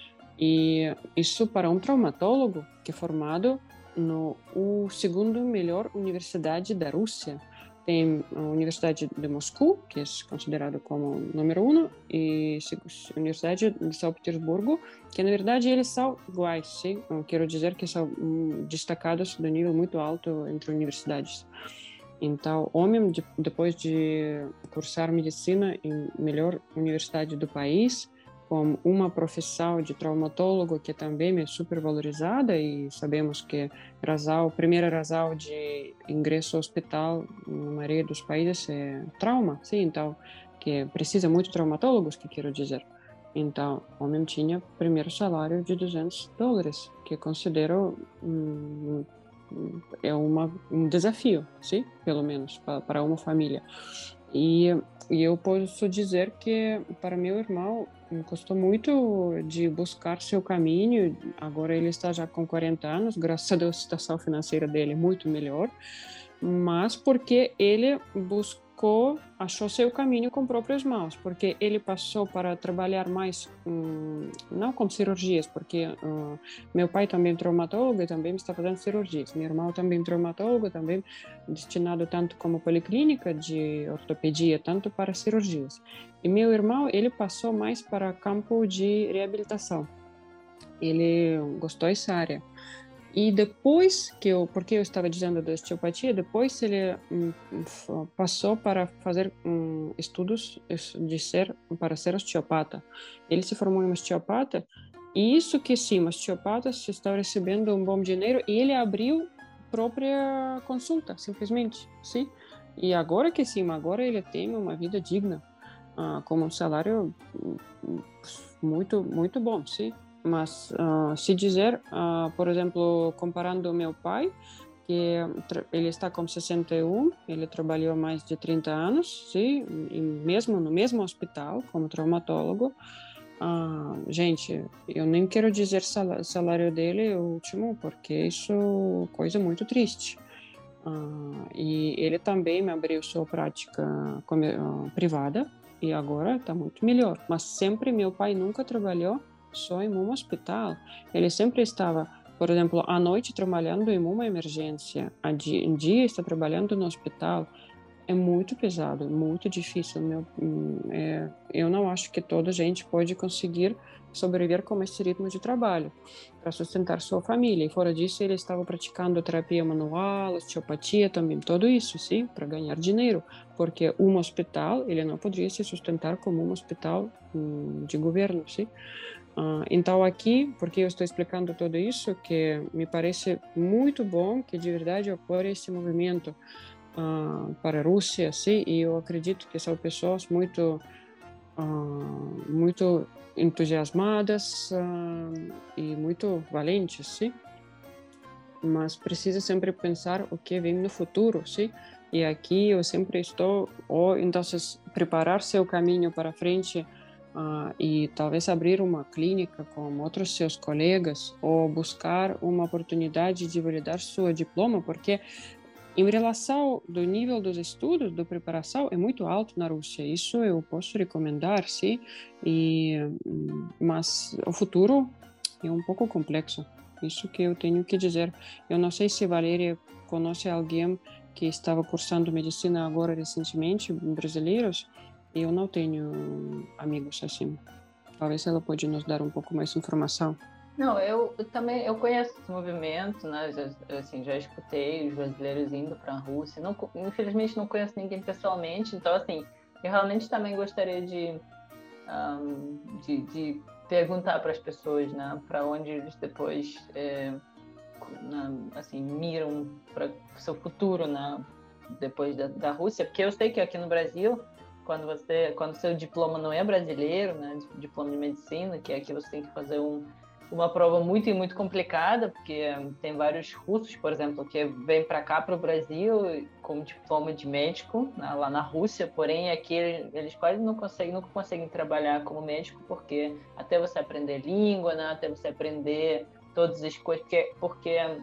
E isso para um traumatólogo que é formado no o segundo melhor universidade da Rússia. Tem a Universidade de Moscou, que é considerada como número um, e a Universidade de São Petersburgo, que na verdade eles são iguais, sim? Eu quero dizer que são um, destacados do nível muito alto entre universidades. Então, homem, de, depois de cursar medicina em melhor universidade do país, com uma profissão de traumatólogo que também é super valorizada, e sabemos que razão, primeira razão de ingresso ao hospital na maioria dos países é trauma, sim, então, que precisa muito de traumatólogos, que quero dizer. Então, o homem tinha primeiro salário de duzentos dólares, que considero um, é uma, um desafio, sim, pelo menos para, para uma família. E, e eu posso dizer que para meu irmão custou muito de buscar seu caminho. Agora ele está já com quarenta anos, graças a Deus a situação financeira dele é muito melhor, mas porque ele buscou, achou seu caminho com próprias mãos, porque ele passou para trabalhar mais, hum, não com cirurgias, porque uh, meu pai também é traumatólogo e também está fazendo cirurgias, meu irmão também é traumatólogo, também destinado tanto como policlínica de ortopedia, tanto para cirurgias. E meu irmão, ele passou mais para campo de reabilitação, ele gostou dessa área. E depois que eu, porque eu estava dizendo da osteopatia, depois ele hum, passou para fazer hum, estudos de ser, para ser osteopata. Ele se formou em osteopata, e isso que sim, osteopatas estão recebendo um bom dinheiro, e ele abriu própria consulta, simplesmente, sim. E agora que sim, agora ele tem uma vida digna, ah, com um salário muito, muito bom, sim. Mas, uh, se dizer, uh, por exemplo, comparando o meu pai, que ele está com sessenta e um, ele trabalhou mais de trinta anos, sim, e mesmo no mesmo hospital, como traumatólogo. Uh, gente, eu nem quero dizer salário, salário dele o último, porque isso é coisa muito triste. Uh, e ele também me abriu sua prática uh, privada, e agora está muito melhor. Mas sempre meu pai nunca trabalhou só em um hospital. Ele sempre estava, por exemplo, à noite trabalhando em uma emergência, a dia, em dia está trabalhando no hospital. É muito pesado, muito difícil. Meu, é, eu não acho que toda gente pode conseguir sobreviver com esse ritmo de trabalho para sustentar sua família. E fora disso, ele estava praticando terapia manual, osteopatia também, tudo isso, sim, para ganhar dinheiro, porque um hospital, ele não poderia se sustentar como um hospital hum, de governo, sim. Uh, então aqui, porque eu estou explicando tudo isso, que me parece muito bom que de verdade ocorre esse movimento uh, para a Rússia, sim, e eu acredito que são pessoas muito, uh, muito entusiasmadas uh, e muito valentes, sim, mas precisa sempre pensar o que vem no futuro, sim, e aqui eu sempre estou, ou então preparar seu caminho para frente. Uh, e talvez abrir uma clínica com outros seus colegas ou buscar uma oportunidade de validar seu diploma, porque em relação do nível dos estudos, da preparação, é muito alto na Rússia. Isso eu posso recomendar, sim, e, mas o futuro é um pouco complexo. Isso que eu tenho que dizer. Eu não sei se Valéria conhece alguém que estava cursando medicina agora recentemente, brasileiros. Eu não tenho amigos assim. Talvez ela pode nos dar um pouco mais de informação. Não, eu, eu também eu conheço esse movimento, né? Já, assim, já escutei os brasileiros indo para a Rússia. Não, infelizmente não conheço ninguém pessoalmente, então assim, eu realmente também gostaria de um, de, de perguntar para as pessoas, né? Para onde eles depois é, na, assim miram para o seu futuro, né? Depois da, da Rússia, porque eu sei que aqui no Brasil quando você, quando seu diploma não é brasileiro, né, diploma de medicina, que aqui você tem que fazer um, uma prova muito e muito complicada, porque tem vários russos, por exemplo, que vêm para cá, para o Brasil, com diploma de médico, né, lá na Rússia, porém aqui eles quase não conseguem, nunca conseguem trabalhar como médico, porque até você aprender língua, né, até você aprender todas as coisas, porque, porque é,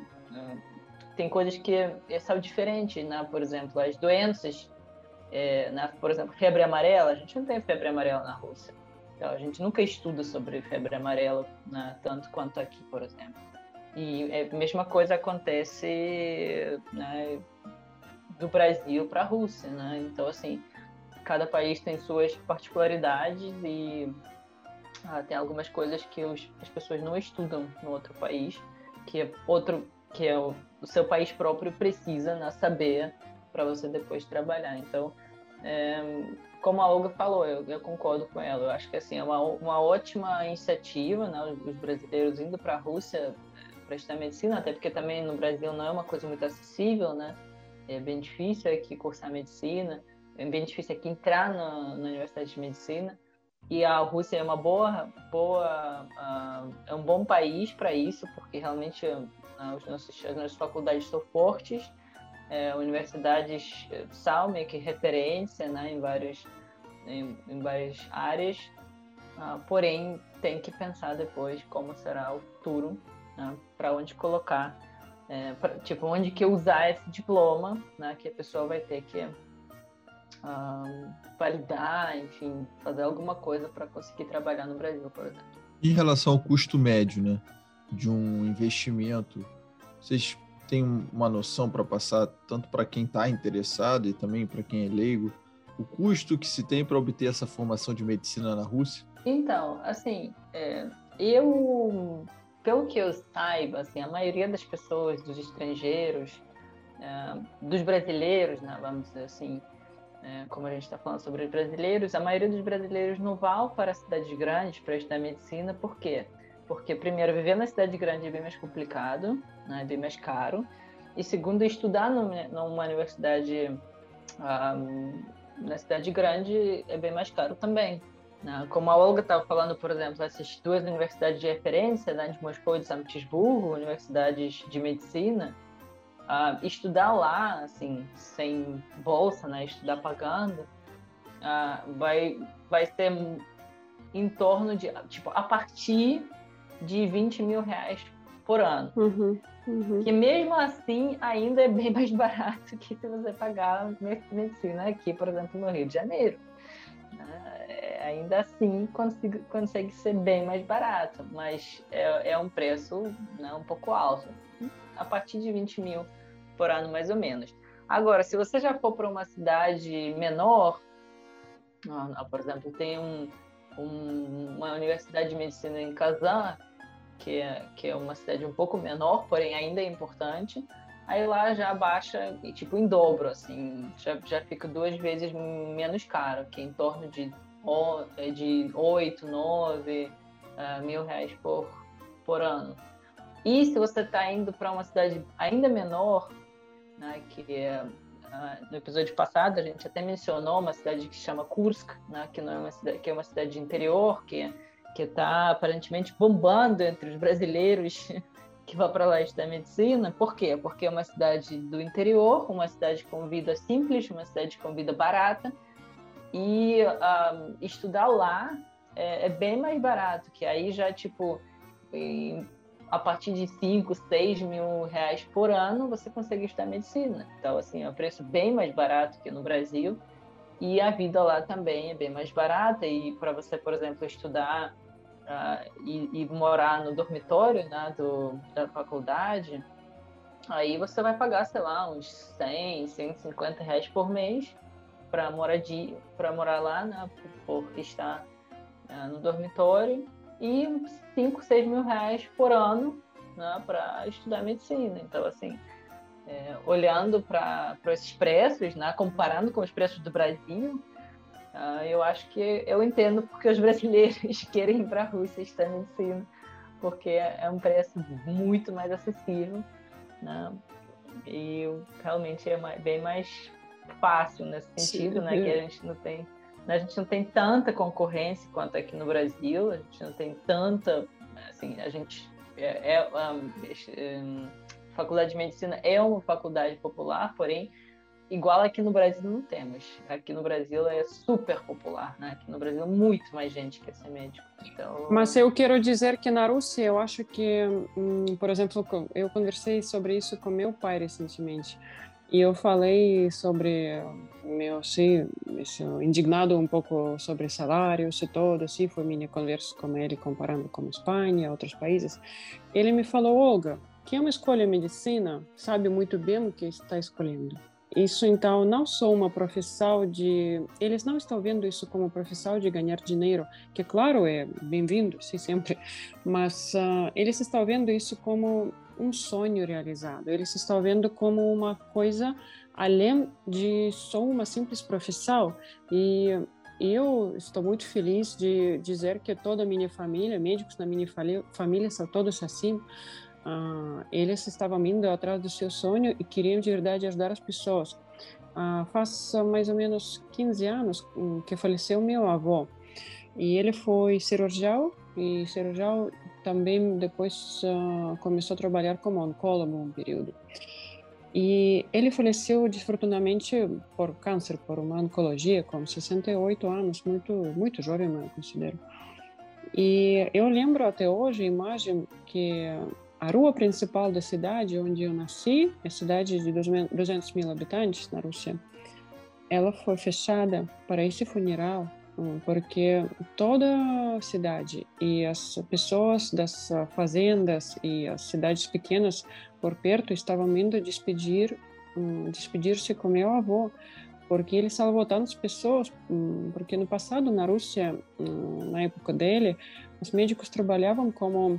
tem coisas que são diferentes, né, por exemplo, as doenças. É, na, por exemplo, febre amarela, a gente não tem febre amarela na Rússia. Então, a gente nunca estuda sobre febre amarela, né, tanto quanto aqui, por exemplo. E a mesma coisa acontece, né, do Brasil para a Rússia, né? Então, assim, cada país tem suas particularidades e ah, tem algumas coisas que os, as pessoas não estudam no outro país, que é outro, que é o, o seu país próprio precisa, né, saber para você depois trabalhar. Então, é, como a Olga falou, eu, eu concordo com ela. Eu acho que assim é uma, uma ótima iniciativa, né, os, os brasileiros indo para a Rússia para estudar medicina, até porque também no Brasil não é uma coisa muito acessível, né? É bem difícil aqui cursar medicina, é bem difícil aqui entrar na, na Universidade de Medicina. e a Rússia é uma boa, boa uh, é um bom país para isso, porque realmente uh, os nossos, as nossas faculdades são fortes, é, universidades são meio que referência, né, em, vários, em, em várias áreas, uh, porém tem que pensar depois como será o futuro, né, para onde colocar, é, pra, tipo, onde que usar esse diploma, né, que a pessoa vai ter que Uh, validar, enfim, fazer alguma coisa para conseguir trabalhar no Brasil, por exemplo. Em relação ao custo médio, né, de um investimento, vocês têm uma noção para passar tanto para quem está interessado e também para quem é leigo, o custo que se tem para obter essa formação de medicina na Rússia? Então, assim, é, eu, pelo que eu saiba, assim, a maioria das pessoas, dos estrangeiros, é, dos brasileiros, né, vamos dizer assim, É, como a gente está falando sobre os brasileiros, a maioria dos brasileiros não vão para cidades grandes para estudar medicina. Por quê? Porque, primeiro, viver na cidade grande é bem mais complicado, né? É bem mais caro. E, segundo, estudar numa, numa universidade um, na cidade grande é bem mais caro também, né? Como a Olga estava falando, por exemplo, essas duas universidades de referência, né, de Moscou e de São Petersburgo, universidades de medicina, Uh, estudar lá, assim, sem bolsa, né, estudar pagando, uh, vai, vai ser em torno de, tipo, a partir de vinte mil reais por ano. Uhum, uhum. Que mesmo assim ainda é bem mais barato que se você pagar medicina aqui, por exemplo, no Rio de Janeiro. Uh, é, ainda assim consegue, consegue ser bem mais barato, mas é, é um preço, né, um pouco alto. A partir de vinte mil por ano, mais ou menos. Agora, se você já for para uma cidade menor, por exemplo, tem um, um, uma universidade de medicina em Kazan, que é, que é uma cidade um pouco menor, porém ainda é importante, aí lá já baixa, tipo, em dobro, assim, já, já fica duas vezes menos caro, que é em torno de, de oito, nove uh, mil reais por, por ano. E se você está indo para uma cidade ainda menor, né, que é, uh, no episódio passado a gente até mencionou uma cidade que se chama Kursk, né, que, não é uma cidade, que é uma cidade de interior, que que está aparentemente bombando entre os brasileiros que vão para lá estudar medicina. Por quê? Porque é uma cidade do interior, uma cidade com vida simples, uma cidade com vida barata, e uh, estudar lá é, é bem mais barato, que aí já, tipo, em, a partir de cinco, seis mil reais por ano, você consegue estudar medicina. Então, assim, é um preço bem mais barato que no Brasil, e a vida lá também é bem mais barata. E para você, por exemplo, estudar uh, e, e morar no dormitório, né, do, da faculdade, aí você vai pagar, sei lá, uns cem, cento e cinquenta reais por mês para moradia, para morar lá, né, por, por estar uh, no dormitório, e cinco, seis mil reais por ano, né, para estudar medicina. Então, assim, é, olhando para esses preços, né, comparando com os preços do Brasil, uh, eu acho que eu entendo porque os brasileiros querem ir para a Rússia estudar medicina, porque é um preço muito mais acessível, né, e realmente é mais, bem mais fácil nesse sentido, né, que a gente não tem A gente não tem tanta concorrência quanto aqui no Brasil, a gente não tem tanta, assim, a gente é, é um, um, faculdade de medicina é uma faculdade popular, porém, igual aqui no Brasil não temos. Aqui no Brasil é super popular, né? Aqui no Brasil muito mais gente quer ser médico. Então... Mas eu quero dizer que na Rússia, eu acho que, hum, por exemplo, eu conversei sobre isso com meu pai recentemente. E eu falei sobre meu, sim, indignado um pouco sobre salários e tudo, assim, foi minha conversa com ele comparando com a Espanha, outros países. Ele me falou: Olga, quem escolhe medicina sabe muito bem o que está escolhendo. Isso, então, não só uma profissão de... Eles não estão vendo isso como profissão de ganhar dinheiro, que, claro, é bem-vindo, sim, sempre, mas uh, eles estão vendo isso como um sonho realizado. Eles estão vendo como uma coisa além de só uma simples profissão. E eu estou muito feliz de dizer que toda a minha família, médicos na minha família, são todos assim. Uh, eles estavam indo atrás do seu sonho e queriam de verdade ajudar as pessoas. Uh, faz mais ou menos quinze anos que faleceu meu avô. E ele foi cirurgião, e cirurgião também depois uh, começou a trabalhar como oncólogo um período. E ele faleceu, desfortunadamente, por câncer, por uma oncologia, com sessenta e oito anos, muito, muito jovem, eu considero. E eu lembro até hoje a imagem que a rua principal da cidade onde eu nasci, a cidade de duzentos mil habitantes na Rússia, ela foi fechada para esse funeral, porque toda a cidade e as pessoas das fazendas e as cidades pequenas por perto estavam indo despedir, despedir-se com meu avô, porque ele salvou tantas pessoas, porque no passado na Rússia, na época dele, os médicos trabalhavam como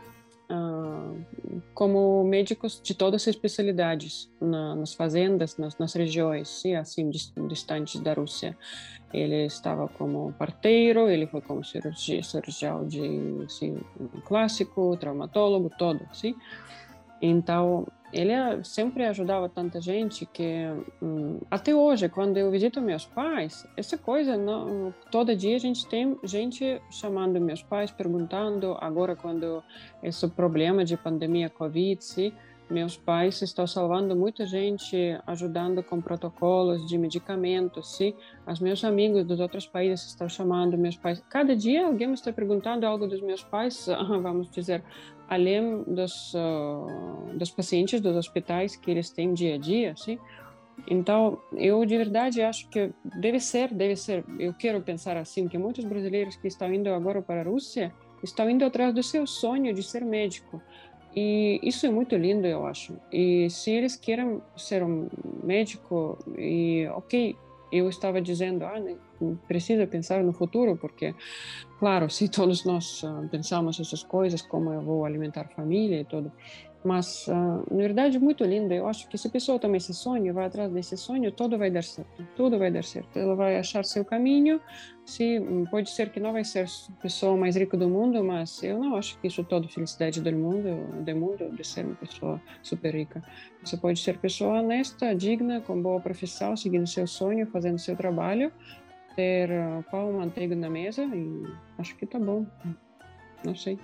como médicos de todas as especialidades na, nas fazendas, nas, nas regiões, sim, assim distantes da Rússia. Ele estava como parteiro, ele foi como cirurgia, cirurgião de sim, clássico, traumatólogo, todo, sim. Então ele sempre ajudava tanta gente que hum, até hoje, quando eu visito meus pais, essa coisa, não, todo dia a gente tem gente chamando meus pais, perguntando, agora quando esse problema de pandemia Covid, sim, meus pais estão salvando muita gente, ajudando com protocolos de medicamentos, sim. Os meus amigos dos outros países estão chamando meus pais. Cada dia alguém me está perguntando algo dos meus pais, vamos dizer, além dos, uh, dos pacientes dos hospitais que eles têm dia a dia, sim. Então, eu de verdade acho que deve ser, deve ser, eu quero pensar assim, que muitos brasileiros que estão indo agora para a Rússia estão indo atrás do seu sonho de ser médico. E isso é muito lindo, eu acho. E se eles querem ser um médico, e ok, eu estava dizendo, ah, né, precisa pensar no futuro, porque, claro, se todos nós uh, pensamos essas coisas, como eu vou alimentar a família e tudo, mas, uh, na verdade, é muito lindo. Eu acho que se a pessoa tem esse sonho, vai atrás desse sonho, tudo vai dar certo. Tudo vai dar certo. Ela vai achar seu caminho. Se, pode ser que não vai ser a pessoa mais rica do mundo, mas eu não acho que isso é toda felicidade do mundo, do mundo, de ser uma pessoa super rica. Você pode ser pessoa honesta, digna, com boa profissão, seguindo seu sonho, fazendo seu trabalho, ter uh, pão, manteiga na mesa, e acho que tá bom. Não sei.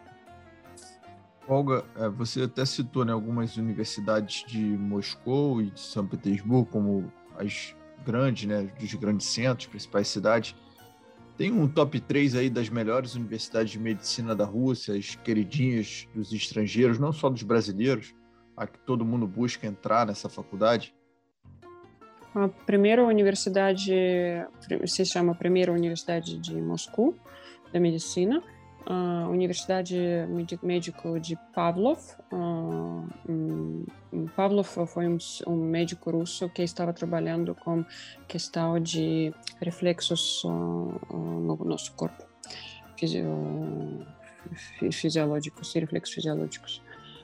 Olga, você até citou, né, algumas universidades de Moscou e de São Petersburgo, como as grandes, né, dos grandes centros, principais cidades. Tem um top três aí das melhores universidades de medicina da Rússia, as queridinhas dos estrangeiros, não só dos brasileiros, a que todo mundo busca entrar nessa faculdade? A primeira universidade se chama Primeira Universidade de Moscou, da medicina. A Universidade Médico de Pavlov. Uh, um, Pavlov foi um, um médico russo que estava trabalhando com questão de reflexos uh, no nosso corpo, Fisi uh, fisiológicos, reflexos fisiológicos.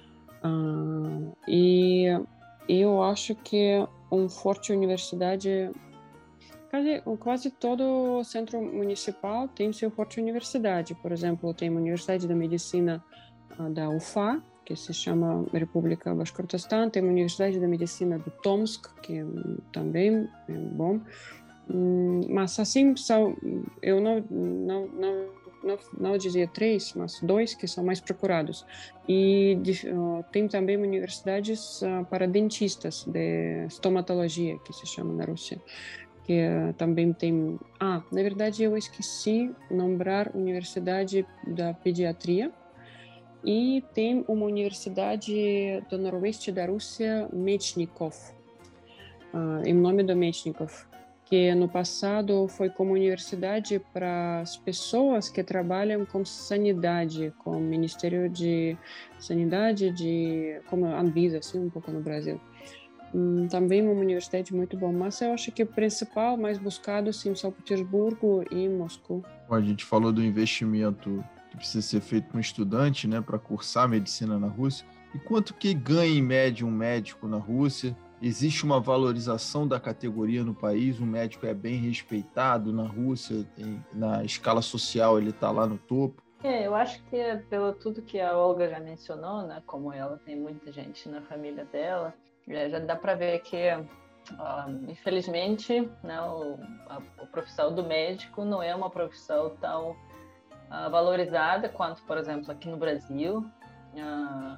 Uh, e eu acho que uma forte universidade, quase, quase todo centro municipal tem sua forte universidade. Por exemplo, tem a Universidade da Medicina uh, da Ufa, que se chama República Bashkortostan, tem a Universidade da Medicina do Tomsk, que também é bom. Hum, mas assim, são, eu não, não, não Não, não dizia três, mas dois que são mais procurados. E uh, tem também universidades uh, para dentistas de estomatologia, que se chama na Rússia, que uh, também tem... Ah, na verdade eu esqueci de nombrar a Universidade da Pediatria, e tem uma universidade do noroeste da Rússia, Mechnikov, uh, em nome do Mechnikov, que no passado foi como universidade para as pessoas que trabalham com sanidade, com o Ministério de Sanidade, de, como a Anvisa, assim, um pouco no Brasil. Hum, também uma universidade muito boa, mas eu acho que o principal, mais buscado, sim, em São Petersburgo e em Moscou. A gente falou do investimento que precisa ser feito para um estudante, né, para cursar medicina na Rússia. E quanto que ganha, em média, um médico na Rússia? Existe uma valorização da categoria no país? O médico é bem respeitado na Rússia, em, na escala social ele está lá no topo? É, eu acho que é pelo tudo que a Olga já mencionou, né, como ela tem muita gente na família dela, é, já dá para ver que uh, infelizmente, né, o, a, a profissão do médico não é uma profissão tão uh, valorizada quanto, por exemplo, aqui no Brasil. Uh,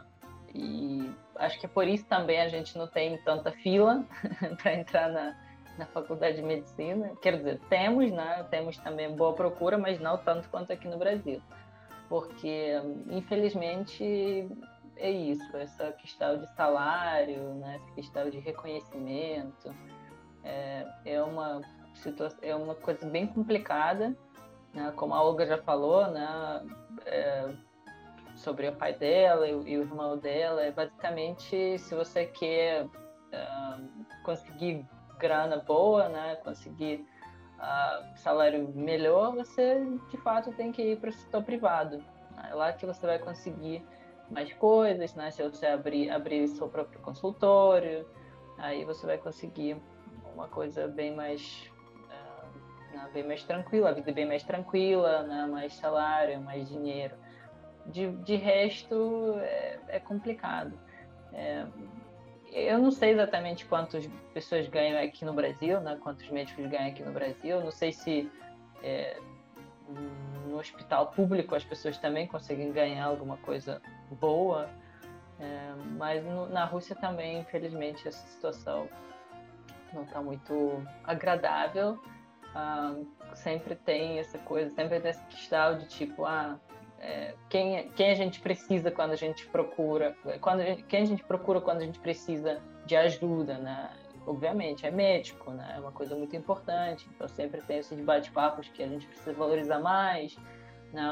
e acho que é por isso também a gente não tem tanta fila para entrar na, na faculdade de medicina. Quer dizer, temos, né? Temos também boa procura, mas não tanto quanto aqui no Brasil. Porque, infelizmente, é isso, essa questão de salário, né? Essa questão de reconhecimento, é, é, uma, situação, é uma coisa bem complicada, né? Como a Olga já falou, né? É, sobre o pai dela e o, e o irmão dela, é basicamente, se você quer uh, conseguir grana boa, né, conseguir uh, salário melhor, você de fato tem que ir para o setor privado. É lá que você vai conseguir mais coisas, né? Se você abrir, abrir seu próprio consultório, aí você vai conseguir uma coisa bem mais, uh, né, bem mais tranquila, a vida bem mais tranquila, né, mais salário, mais dinheiro. De, de resto, é, é complicado. É, eu não sei exatamente quantas pessoas ganham aqui no Brasil, né? Quantos médicos ganham aqui no Brasil. Não sei se é, no hospital público as pessoas também conseguem ganhar alguma coisa boa. É, mas no, na Rússia também, infelizmente, essa situação não está muito agradável. Ah, sempre tem essa coisa, sempre tem essa questão de tipo, ah, É, quem, quem a gente precisa quando a gente procura, quando, quem a gente procura quando a gente precisa de ajuda, né? Obviamente, é médico, né? É uma coisa muito importante, então sempre tem esses bate-papos que a gente precisa valorizar mais, né?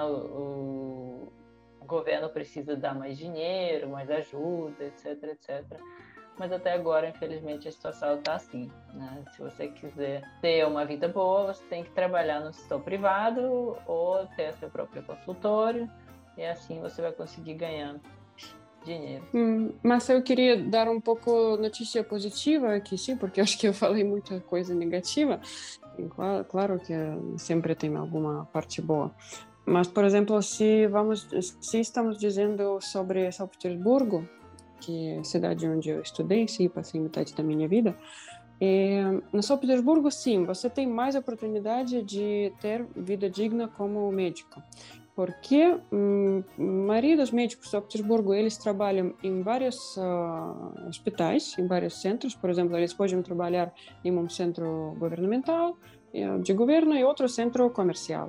O, o governo precisa dar mais dinheiro, mais ajuda, etc, etcétera. Mas até agora, infelizmente, a situação está assim, né? Se você quiser ter uma vida boa, você tem que trabalhar no setor privado ou ter seu próprio consultório, e assim você vai conseguir ganhar dinheiro. Hum, mas eu queria dar um pouco notícia positiva aqui, sim, porque eu acho que eu falei muita coisa negativa. E, claro, claro que sempre tem alguma parte boa. Mas, por exemplo, se vamos, se estamos dizendo sobre São Petersburgo, que é a cidade onde eu estudei, sim, passei metade da minha vida. E, na São Petersburgo, sim, você tem mais oportunidade de ter vida digna como médico, porque hum, a maioria dos médicos de São Petersburgo, eles trabalham em vários uh, hospitais, em vários centros. Por exemplo, eles podem trabalhar em um centro governamental, de governo, e outro centro comercial.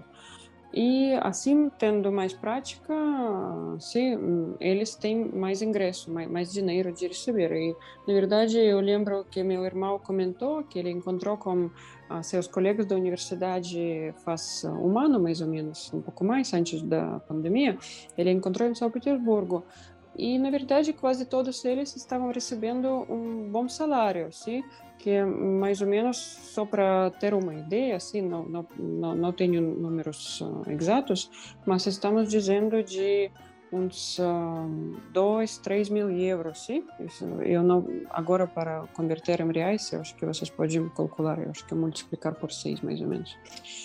E assim, tendo mais prática, sim, eles têm mais ingresso, mais, mais dinheiro de receber. E, na verdade, eu lembro que meu irmão comentou que ele encontrou com uh, seus colegas da universidade faz um ano, mais ou menos, um pouco mais, antes da pandemia. Ele encontrou em São Petersburgo. E, na verdade, quase todos eles estavam recebendo um bom salário, sim? Que é mais ou menos, só para ter uma ideia, assim, não, não, não, não tenho números uh, exatos, mas estamos dizendo de uns uh, dois, três mil euros, sim? Isso, eu não, agora, para converter em reais, eu acho que vocês podem calcular, eu acho que multiplicar por seis, mais ou menos.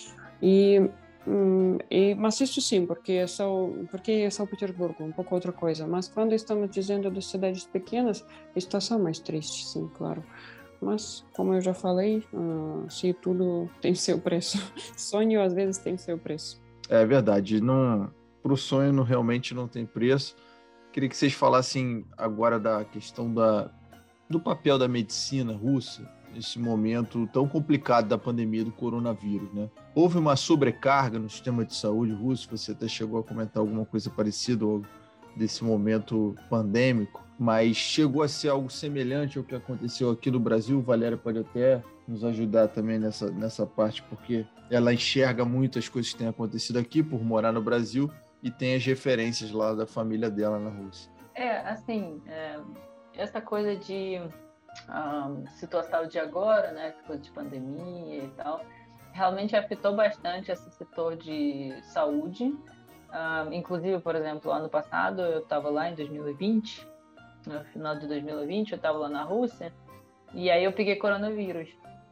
E Hum, e, mas isso sim, porque é São, porque é São Petersburgo, um pouco outra coisa. Mas quando estamos dizendo de cidades pequenas, a situação é mais triste, sim, claro. Mas, como eu já falei, uh, sim, tudo tem seu preço. Sonho, às vezes, tem seu preço. É verdade. Para o sonho não, realmente não tem preço. Queria que vocês falassem agora da questão da, do papel da medicina russa nesse momento tão complicado da pandemia do coronavírus, né? Houve uma sobrecarga no sistema de saúde russo, você até chegou a comentar alguma coisa parecida desse momento pandêmico, mas chegou a ser algo semelhante ao que aconteceu aqui no Brasil. Valéria pode até nos ajudar também nessa, nessa parte, porque ela enxerga muito as coisas que têm acontecido aqui por morar no Brasil e tem as referências lá da família dela na Rússia. É, assim, é, essa coisa de Um, situação de agora, né, coisa de pandemia e tal, realmente afetou bastante esse setor de saúde. Um, inclusive, por exemplo, ano passado eu estava lá em dois mil e vinte, no final de dois mil e vinte eu estava lá na Rússia, e aí eu peguei coronavírus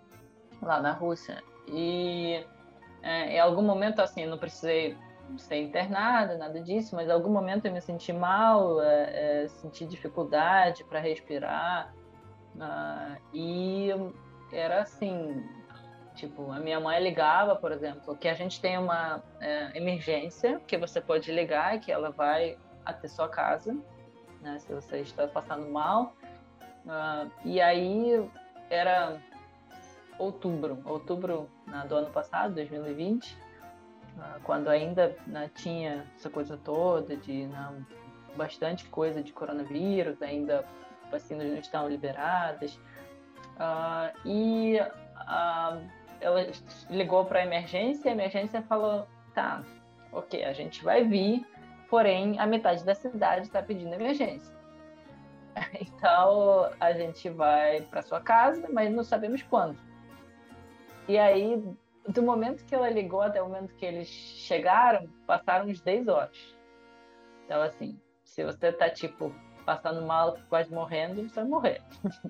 lá na Rússia. E é, em algum momento, assim, eu não precisei ser internada, nada disso, mas em algum momento eu me senti mal, é, é, senti dificuldade para respirar. Uh, e era assim, tipo, a minha mãe ligava, por exemplo, que a gente tem uma é, emergência que você pode ligar e que ela vai até sua casa, né, se você está passando mal. Uh, e aí era outubro, outubro né, do ano passado, dois mil e vinte, uh, quando ainda né, tinha essa coisa toda de né, bastante coisa de coronavírus, ainda vacinas não estão liberadas. Uh, e uh, ela ligou para a emergência e a emergência falou, tá, ok, a gente vai vir, porém a metade da cidade está pedindo emergência. Então a gente vai para sua casa, mas não sabemos quando. E aí, do momento que ela ligou até o momento que eles chegaram, passaram uns dez horas. Então assim, se você tá tipo passando mal, quase morrendo, você vai morrer.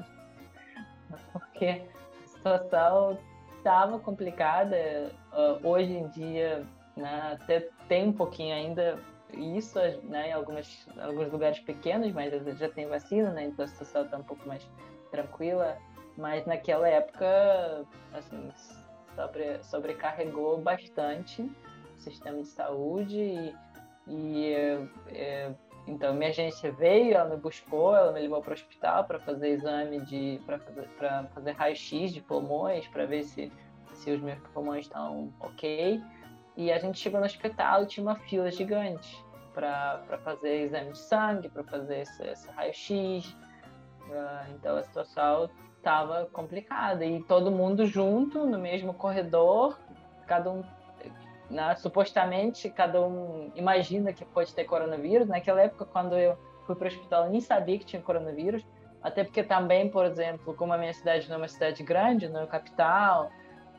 Porque a situação estava complicada. Hoje em dia, né, até tem um pouquinho ainda isso, né, em algumas, alguns lugares pequenos, mas já tem vacina, né, então a situação está um pouco mais tranquila. Mas naquela época, assim, sobre, sobrecarregou bastante o sistema de saúde e, e é, então minha agência veio, ela me buscou, ela me levou para o hospital para fazer exame de, para fazer, para fazer raio-x de pulmões, para ver se, se os meus pulmões estão ok. E a gente chegou no hospital e tinha uma fila gigante para fazer exame de sangue, para fazer esse, esse raio-x. Uh, então a situação estava complicada e todo mundo junto no mesmo corredor, cada um, né, supostamente cada um imagina que pode ter coronavírus. Naquela época, quando eu fui para o hospital, eu nem sabia que tinha coronavírus, até porque também, por exemplo, como a minha cidade não é uma cidade grande, não é capital,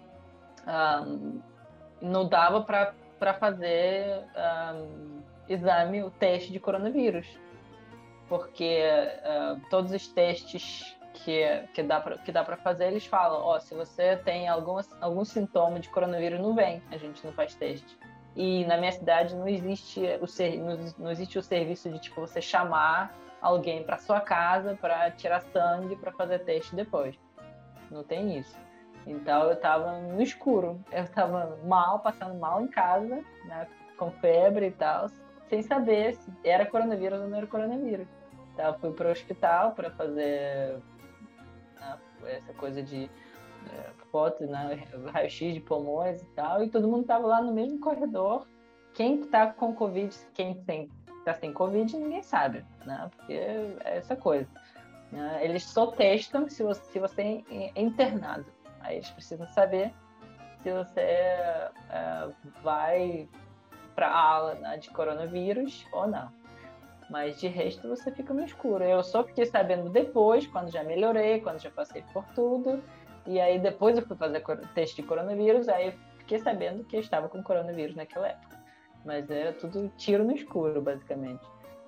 um, não dava para fazer um, exame, o teste de coronavírus, porque uh, todos os testes que, que dá para que dá para fazer, eles falam, ó, oh, se você tem algum, algum sintoma de coronavírus, não vem, a gente não faz teste. E na minha cidade não existe o, ser, não, não existe o serviço de tipo você chamar alguém para sua casa para tirar sangue para fazer teste depois. Não tem isso. Então eu estava no escuro, eu estava mal, passando mal em casa, né, com febre e tal, sem saber se era coronavírus ou não era coronavírus. Então eu fui para o hospital para fazer, né, essa coisa de é, foto, né, raio-x de pulmões e tal, e todo mundo estava lá no mesmo corredor. Quem está com Covid, quem está sem Covid, ninguém sabe, né, porque é essa coisa. Né, eles só testam se você, se você é internado. Aí eles precisam saber se você é, vai para a ala, né, de coronavírus ou não. Mas de resto você fica no escuro. Eu só fiquei sabendo depois, quando já melhorei, quando já passei por tudo. E aí depois eu fui fazer teste de coronavírus, aí eu fiquei sabendo que eu estava com coronavírus naquela época. Mas era tudo tiro no escuro, basicamente.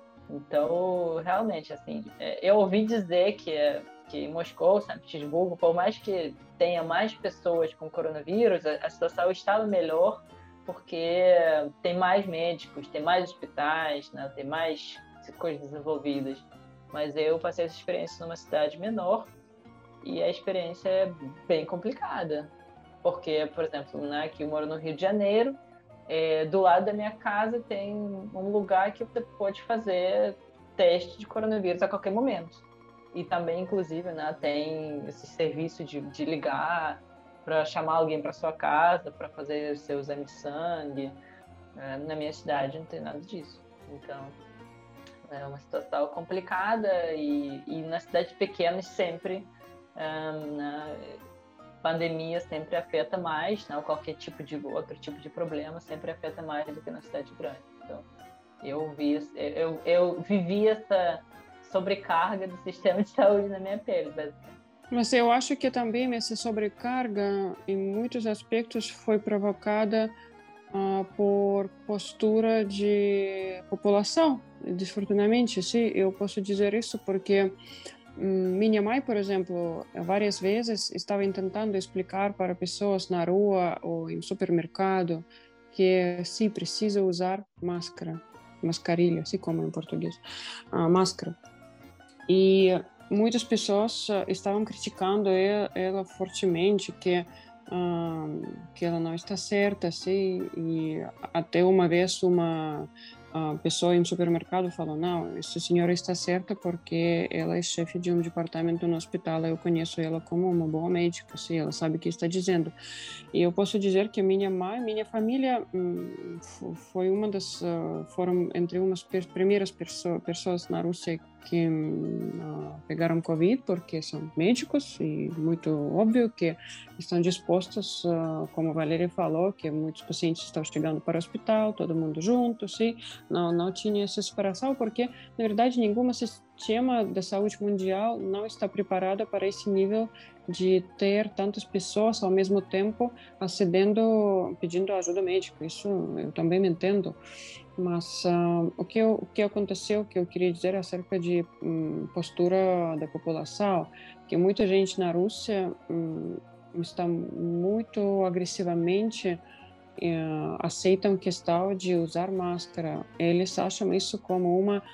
Então, realmente, assim, eu ouvi dizer que, que em Moscou, São Petersburgo, por mais que tenha mais pessoas com coronavírus, a, a situação estava melhor porque tem mais médicos, tem mais hospitais, né, tem mais coisas desenvolvidas. Mas eu passei essa experiência numa cidade menor e a experiência é bem complicada. Porque, por exemplo, né, que eu moro no Rio de Janeiro, É, do lado da minha casa tem um lugar que você pode fazer teste de coronavírus a qualquer momento. E também, inclusive, né, tem esse serviço de, de ligar para chamar alguém para sua casa, para fazer seu exame de sangue. É, na minha cidade não tem nada disso. Então, é uma situação complicada e, e nas cidades pequenas sempre... Um, né, pandemia sempre afeta mais, né? Qualquer tipo de outro tipo de problema sempre afeta mais do que na cidade grande. Então, eu vi, eu, eu vivi essa sobrecarga do sistema de saúde na minha pele, basicamente. Mas eu acho que também essa sobrecarga, em muitos aspectos, foi provocada uh, por postura de população, desfortunadamente. Sim, eu posso dizer isso porque minha mãe, por exemplo, várias vezes estava tentando explicar para pessoas na rua ou em supermercado que sim, precisa usar máscara, mascarilha, assim como em português, a máscara. E muitas pessoas uh, estavam criticando ela, ela fortemente, que uh, que ela não está certa, assim, e até uma vez uma a pessoa em um supermercado falou, não, essa senhora está certa porque ela é chefe de um departamento no hospital, eu conheço ela como uma boa médica, assim, ela sabe o que está dizendo. E eu posso dizer que minha mãe, minha família hum, foi uma das, uh, foram entre umas per primeiras perso pessoas na Rússia que uh, pegaram Covid, porque são médicos e muito óbvio que estão dispostos, uh, como a Valéria falou, que muitos pacientes estão chegando para o hospital, todo mundo junto, sim, não, não tinha essa separação, porque, na verdade, nenhum sistema da saúde mundial não está preparado para esse nível de ter tantas pessoas ao mesmo tempo acedendo, pedindo ajuda médica. Isso eu também me entendo. Mas uh, o, que, o que aconteceu, que eu queria dizer acerca de um, postura da população, que muita gente na Rússia um, está muito agressivamente uh, aceitam a questão de usar máscara. Eles acham isso como uma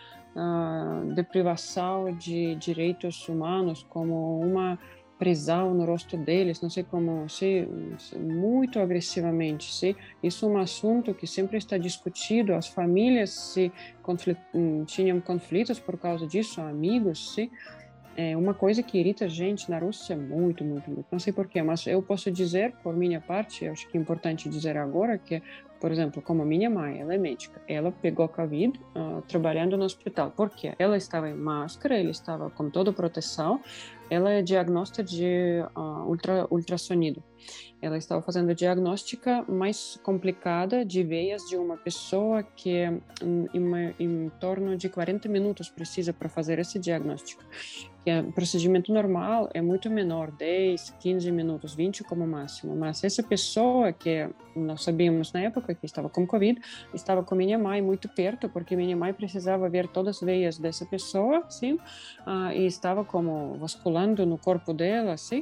uh, deprivação de direitos humanos, como uma prisão no rosto deles, não sei como, se muito agressivamente, se isso é um assunto que sempre está discutido, as famílias se conflit, tinham conflitos por causa disso, amigos, se é uma coisa que irrita a gente na Rússia muito, muito, muito, não sei porquê, mas eu posso dizer, por minha parte, acho que é importante dizer agora que, por exemplo, como minha mãe, ela é médica, ela pegou Covid uh, trabalhando no hospital, porque ela estava em máscara, ela estava com toda a proteção, ela é diagnóstica de uh, ultra, ultrassonido. Ela estava fazendo a diagnóstica mais complicada de veias de uma pessoa que em, em, em torno de quarenta minutos precisa para fazer esse diagnóstico. Que é, o procedimento normal é muito menor, dez, quinze minutos, vinte como máximo. Mas essa pessoa que nós sabíamos na época que estava com Covid, estava com minha mãe muito perto, porque minha mãe precisava ver todas as veias dessa pessoa, sim, uh, e estava como vasculando no corpo dela, assim,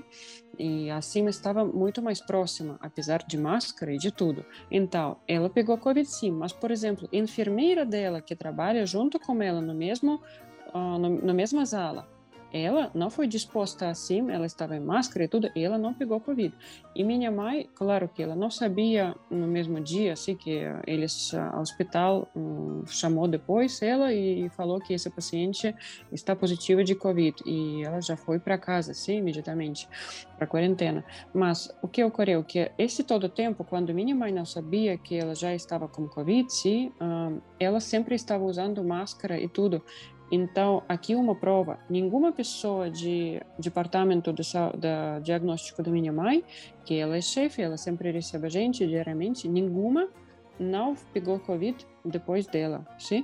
e assim estava muito mais próxima, apesar de máscara e de tudo. Então, ela pegou Covid sim, mas, por exemplo, a enfermeira dela, que trabalha junto com ela no mesmo, uh, no, na mesma sala, ela não foi disposta assim, ela estava em máscara e tudo, e ela não pegou Covid. E minha mãe, claro que ela não sabia no mesmo dia, assim, que eles, o hospital um, chamou depois ela e falou que esse paciente está positiva de Covid. E ela já foi para casa, assim, imediatamente, para quarentena. Mas o que ocorreu? Que esse todo tempo, quando minha mãe não sabia que ela já estava com Covid, sim, um, ela sempre estava usando máscara e tudo. Então, aqui uma prova, nenhuma pessoa de departamento de, de diagnóstico da minha mãe, que ela é chefe, ela sempre recebe a gente diariamente, nenhuma não pegou Covid depois dela, sim?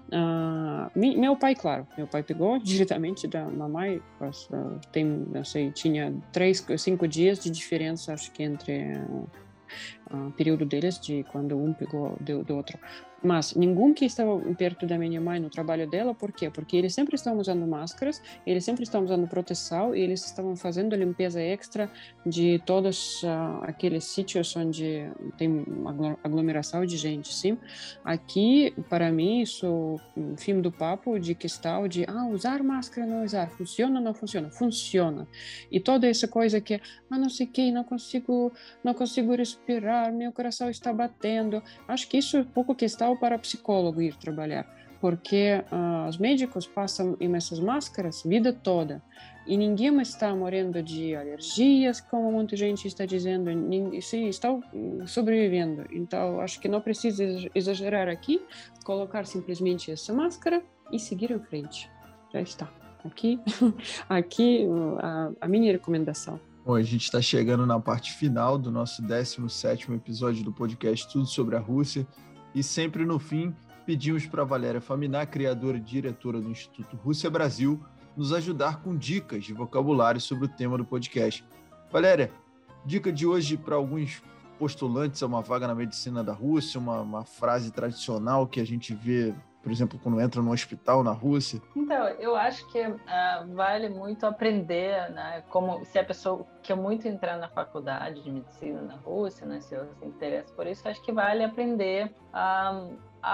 Uh, meu pai, claro, meu pai pegou diretamente da mamãe, mas, uh, tem, não sei, tinha três, cinco dias de diferença, acho que entre o uh, uh, período deles, de quando um pegou do, do outro. Mas ninguém que estava perto da minha mãe no trabalho dela, por quê? Porque eles sempre estavam usando máscaras, eles sempre estavam usando proteção e eles estavam fazendo limpeza extra de todos uh, aqueles sítios onde tem aglomeração de gente, sim? Aqui, para mim, isso é fim do papo de questão de ah, usar máscara, não usar, funciona ou não funciona? Funciona. E toda essa coisa que, ah, não sei o que, não consigo, não consigo respirar, meu coração está batendo, acho que isso é pouco questão para psicólogo ir trabalhar, porque uh, os médicos passam em essas máscaras a vida toda e ninguém está morrendo de alergias, como muita gente está dizendo, ninguém, sim, estão sobrevivendo. Então, acho que não precisa exagerar aqui, colocar simplesmente essa máscara e seguir em frente. Já está. Aqui, aqui a, a minha recomendação. Bom, a gente está chegando na parte final do nosso décimo sétimo episódio do podcast Tudo sobre a Rússia. E sempre no fim, pedimos para a Valéria Faminar, criadora e diretora do Instituto Rússia Brasil, nos ajudar com dicas de vocabulário sobre o tema do podcast. Valéria, dica de hoje para alguns postulantes a uma vaga na medicina da Rússia, uma, uma frase tradicional que a gente vê, por exemplo, quando entra no hospital na Rússia? Então, eu acho que uh, vale muito aprender, né, como se a pessoa quer muito entrar na faculdade de medicina na Rússia, né, se ela se interessa por isso, acho que vale aprender um, a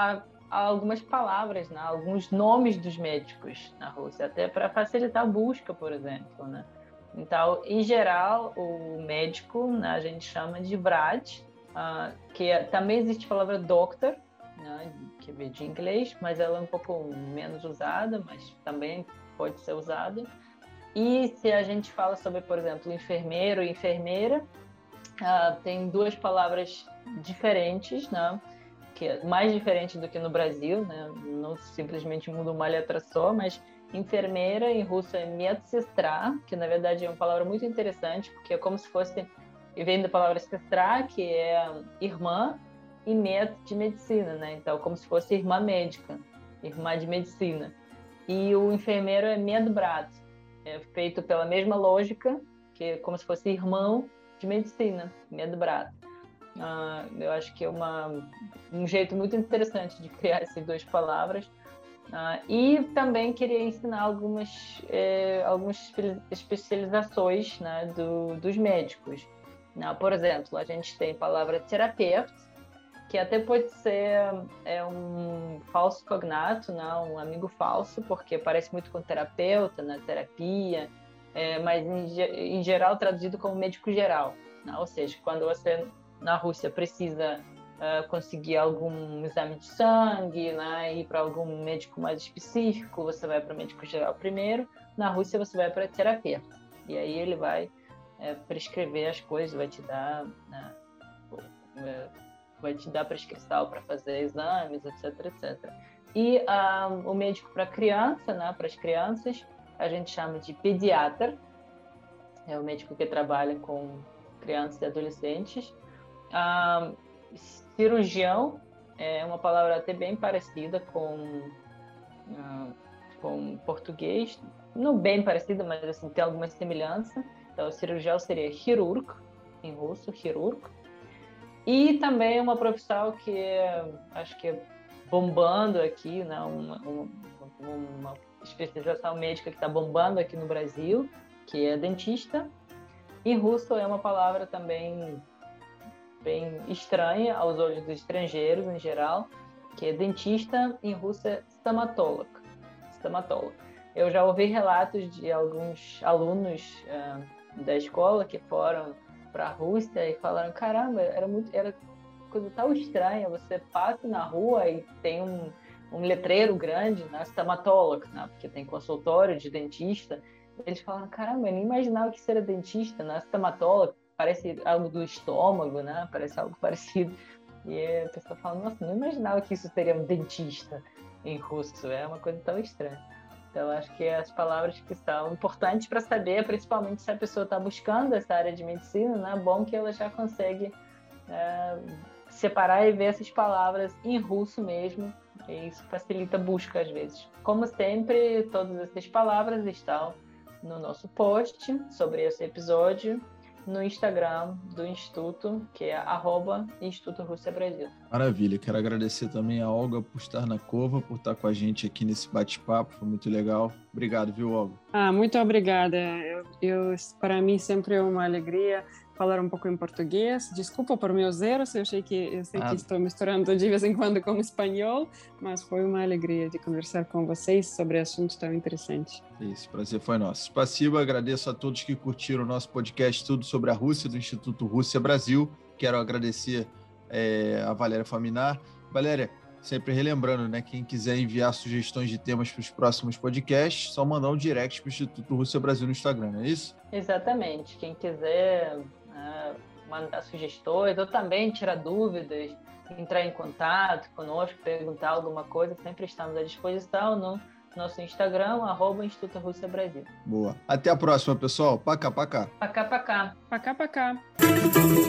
algumas palavras, né? Alguns nomes dos médicos na Rússia, até para facilitar a busca, por exemplo, né? Então, em geral, o médico, né, a gente chama de vrach, uh, que é, também existe a palavra doctor, né, que vem de inglês, mas ela é um pouco menos usada, mas também pode ser usada. E se a gente fala sobre, por exemplo, enfermeiro e enfermeira, uh, tem duas palavras diferentes, né? Que é mais diferente do que no Brasil, né? Não simplesmente muda uma letra só, mas enfermeira em russo é medsestra, que na verdade é uma palavra muito interessante, porque é como se fosse, vem da palavra sestra, que é irmã, e med de medicina, né? Então, como se fosse irmã médica, irmã de medicina. E o enfermeiro é medbrat, é feito pela mesma lógica, que é como se fosse irmão de medicina, medbrat. Uh, eu acho que é uma, um jeito muito interessante de criar essas duas palavras. Uh, e também queria ensinar algumas, eh, algumas especializações, né, do, dos médicos. Uh, por exemplo, a gente tem a palavra terapeuta, que até pode ser é um falso cognato, né, um amigo falso, porque parece muito com terapeuta, né, terapia, é, mas em, em geral traduzido como médico geral, né? Ou seja, quando você na Rússia precisa uh, conseguir algum exame de sangue, né, ir para algum médico mais específico, você vai para o médico geral primeiro. Na Rússia você vai para terapeuta, e aí ele vai é, prescrever as coisas, vai te dar, né, vai te dar prescrição para fazer exames, etc, etcétera. E um, o médico para criança, né, para as crianças, a gente chama de pediatra, é o médico que trabalha com crianças e adolescentes. Um, cirurgião é uma palavra até bem parecida com, uh, com português, não bem parecida, mas assim, tem alguma semelhança. Então, o cirurgião seria chirurg, em russo, chirurg. E também uma profissão que é, acho que é bombando aqui, né? uma, uma, uma especialização médica que está bombando aqui no Brasil, que é dentista. Em russo é uma palavra também bem estranha aos olhos dos estrangeiros em geral, que é dentista. Em russo é stomatolog. stomatolog. Eu já ouvi relatos de alguns alunos uh, da escola que foram para a Rússia e falaram, caramba, era muito, era coisa tão estranha, você passa na rua e tem um, um letreiro grande, né, stomatolog, né, porque tem consultório de dentista. Eles falaram, caramba, eu nem imaginava que isso era dentista, né, stomatolog, parece algo do estômago, né, parece algo parecido. E a pessoa fala, nossa, não imaginava que isso seria um dentista em russo, é uma coisa tão estranha. Então, acho que as palavras que são importantes para saber, principalmente se a pessoa está buscando essa área de medicina, né? É bom que ela já consegue é, separar e ver essas palavras em russo mesmo, e isso facilita a busca às vezes. Como sempre, todas essas palavras estão no nosso post sobre esse episódio, no Instagram do Instituto, que é arroba Instituto Rússia Brasil. Maravilha, quero agradecer também a Olga por estar na Cova, por estar com a gente aqui nesse bate-papo, foi muito legal. Obrigado, viu, Olga? Ah, muito obrigada. Eu, eu, para mim sempre é uma alegria falar um pouco em português. Desculpa por meus erros, eu sei que, eu sei ah. que estou misturando de vez em quando com espanhol, mas foi uma alegria de conversar com vocês sobre assuntos tão interessantes. Esse prazer foi nosso. Spasiba, agradeço a todos que curtiram o nosso podcast Tudo sobre a Rússia, do Instituto Rússia Brasil. Quero agradecer é, a Valéria Faminar. Valéria, sempre relembrando, né, quem quiser enviar sugestões de temas para os próximos podcasts, só mandar um direct para o Instituto Rússia Brasil no Instagram, não é isso? Exatamente. Quem quiser uh, mandar sugestões ou também tirar dúvidas, entrar em contato conosco, perguntar alguma coisa, sempre estamos à disposição no nosso Instagram, arroba Instituto Rússia Brasil. Boa. Até a próxima, pessoal. Pacá, pacá. Pacá, pacá. Pacá, pacá.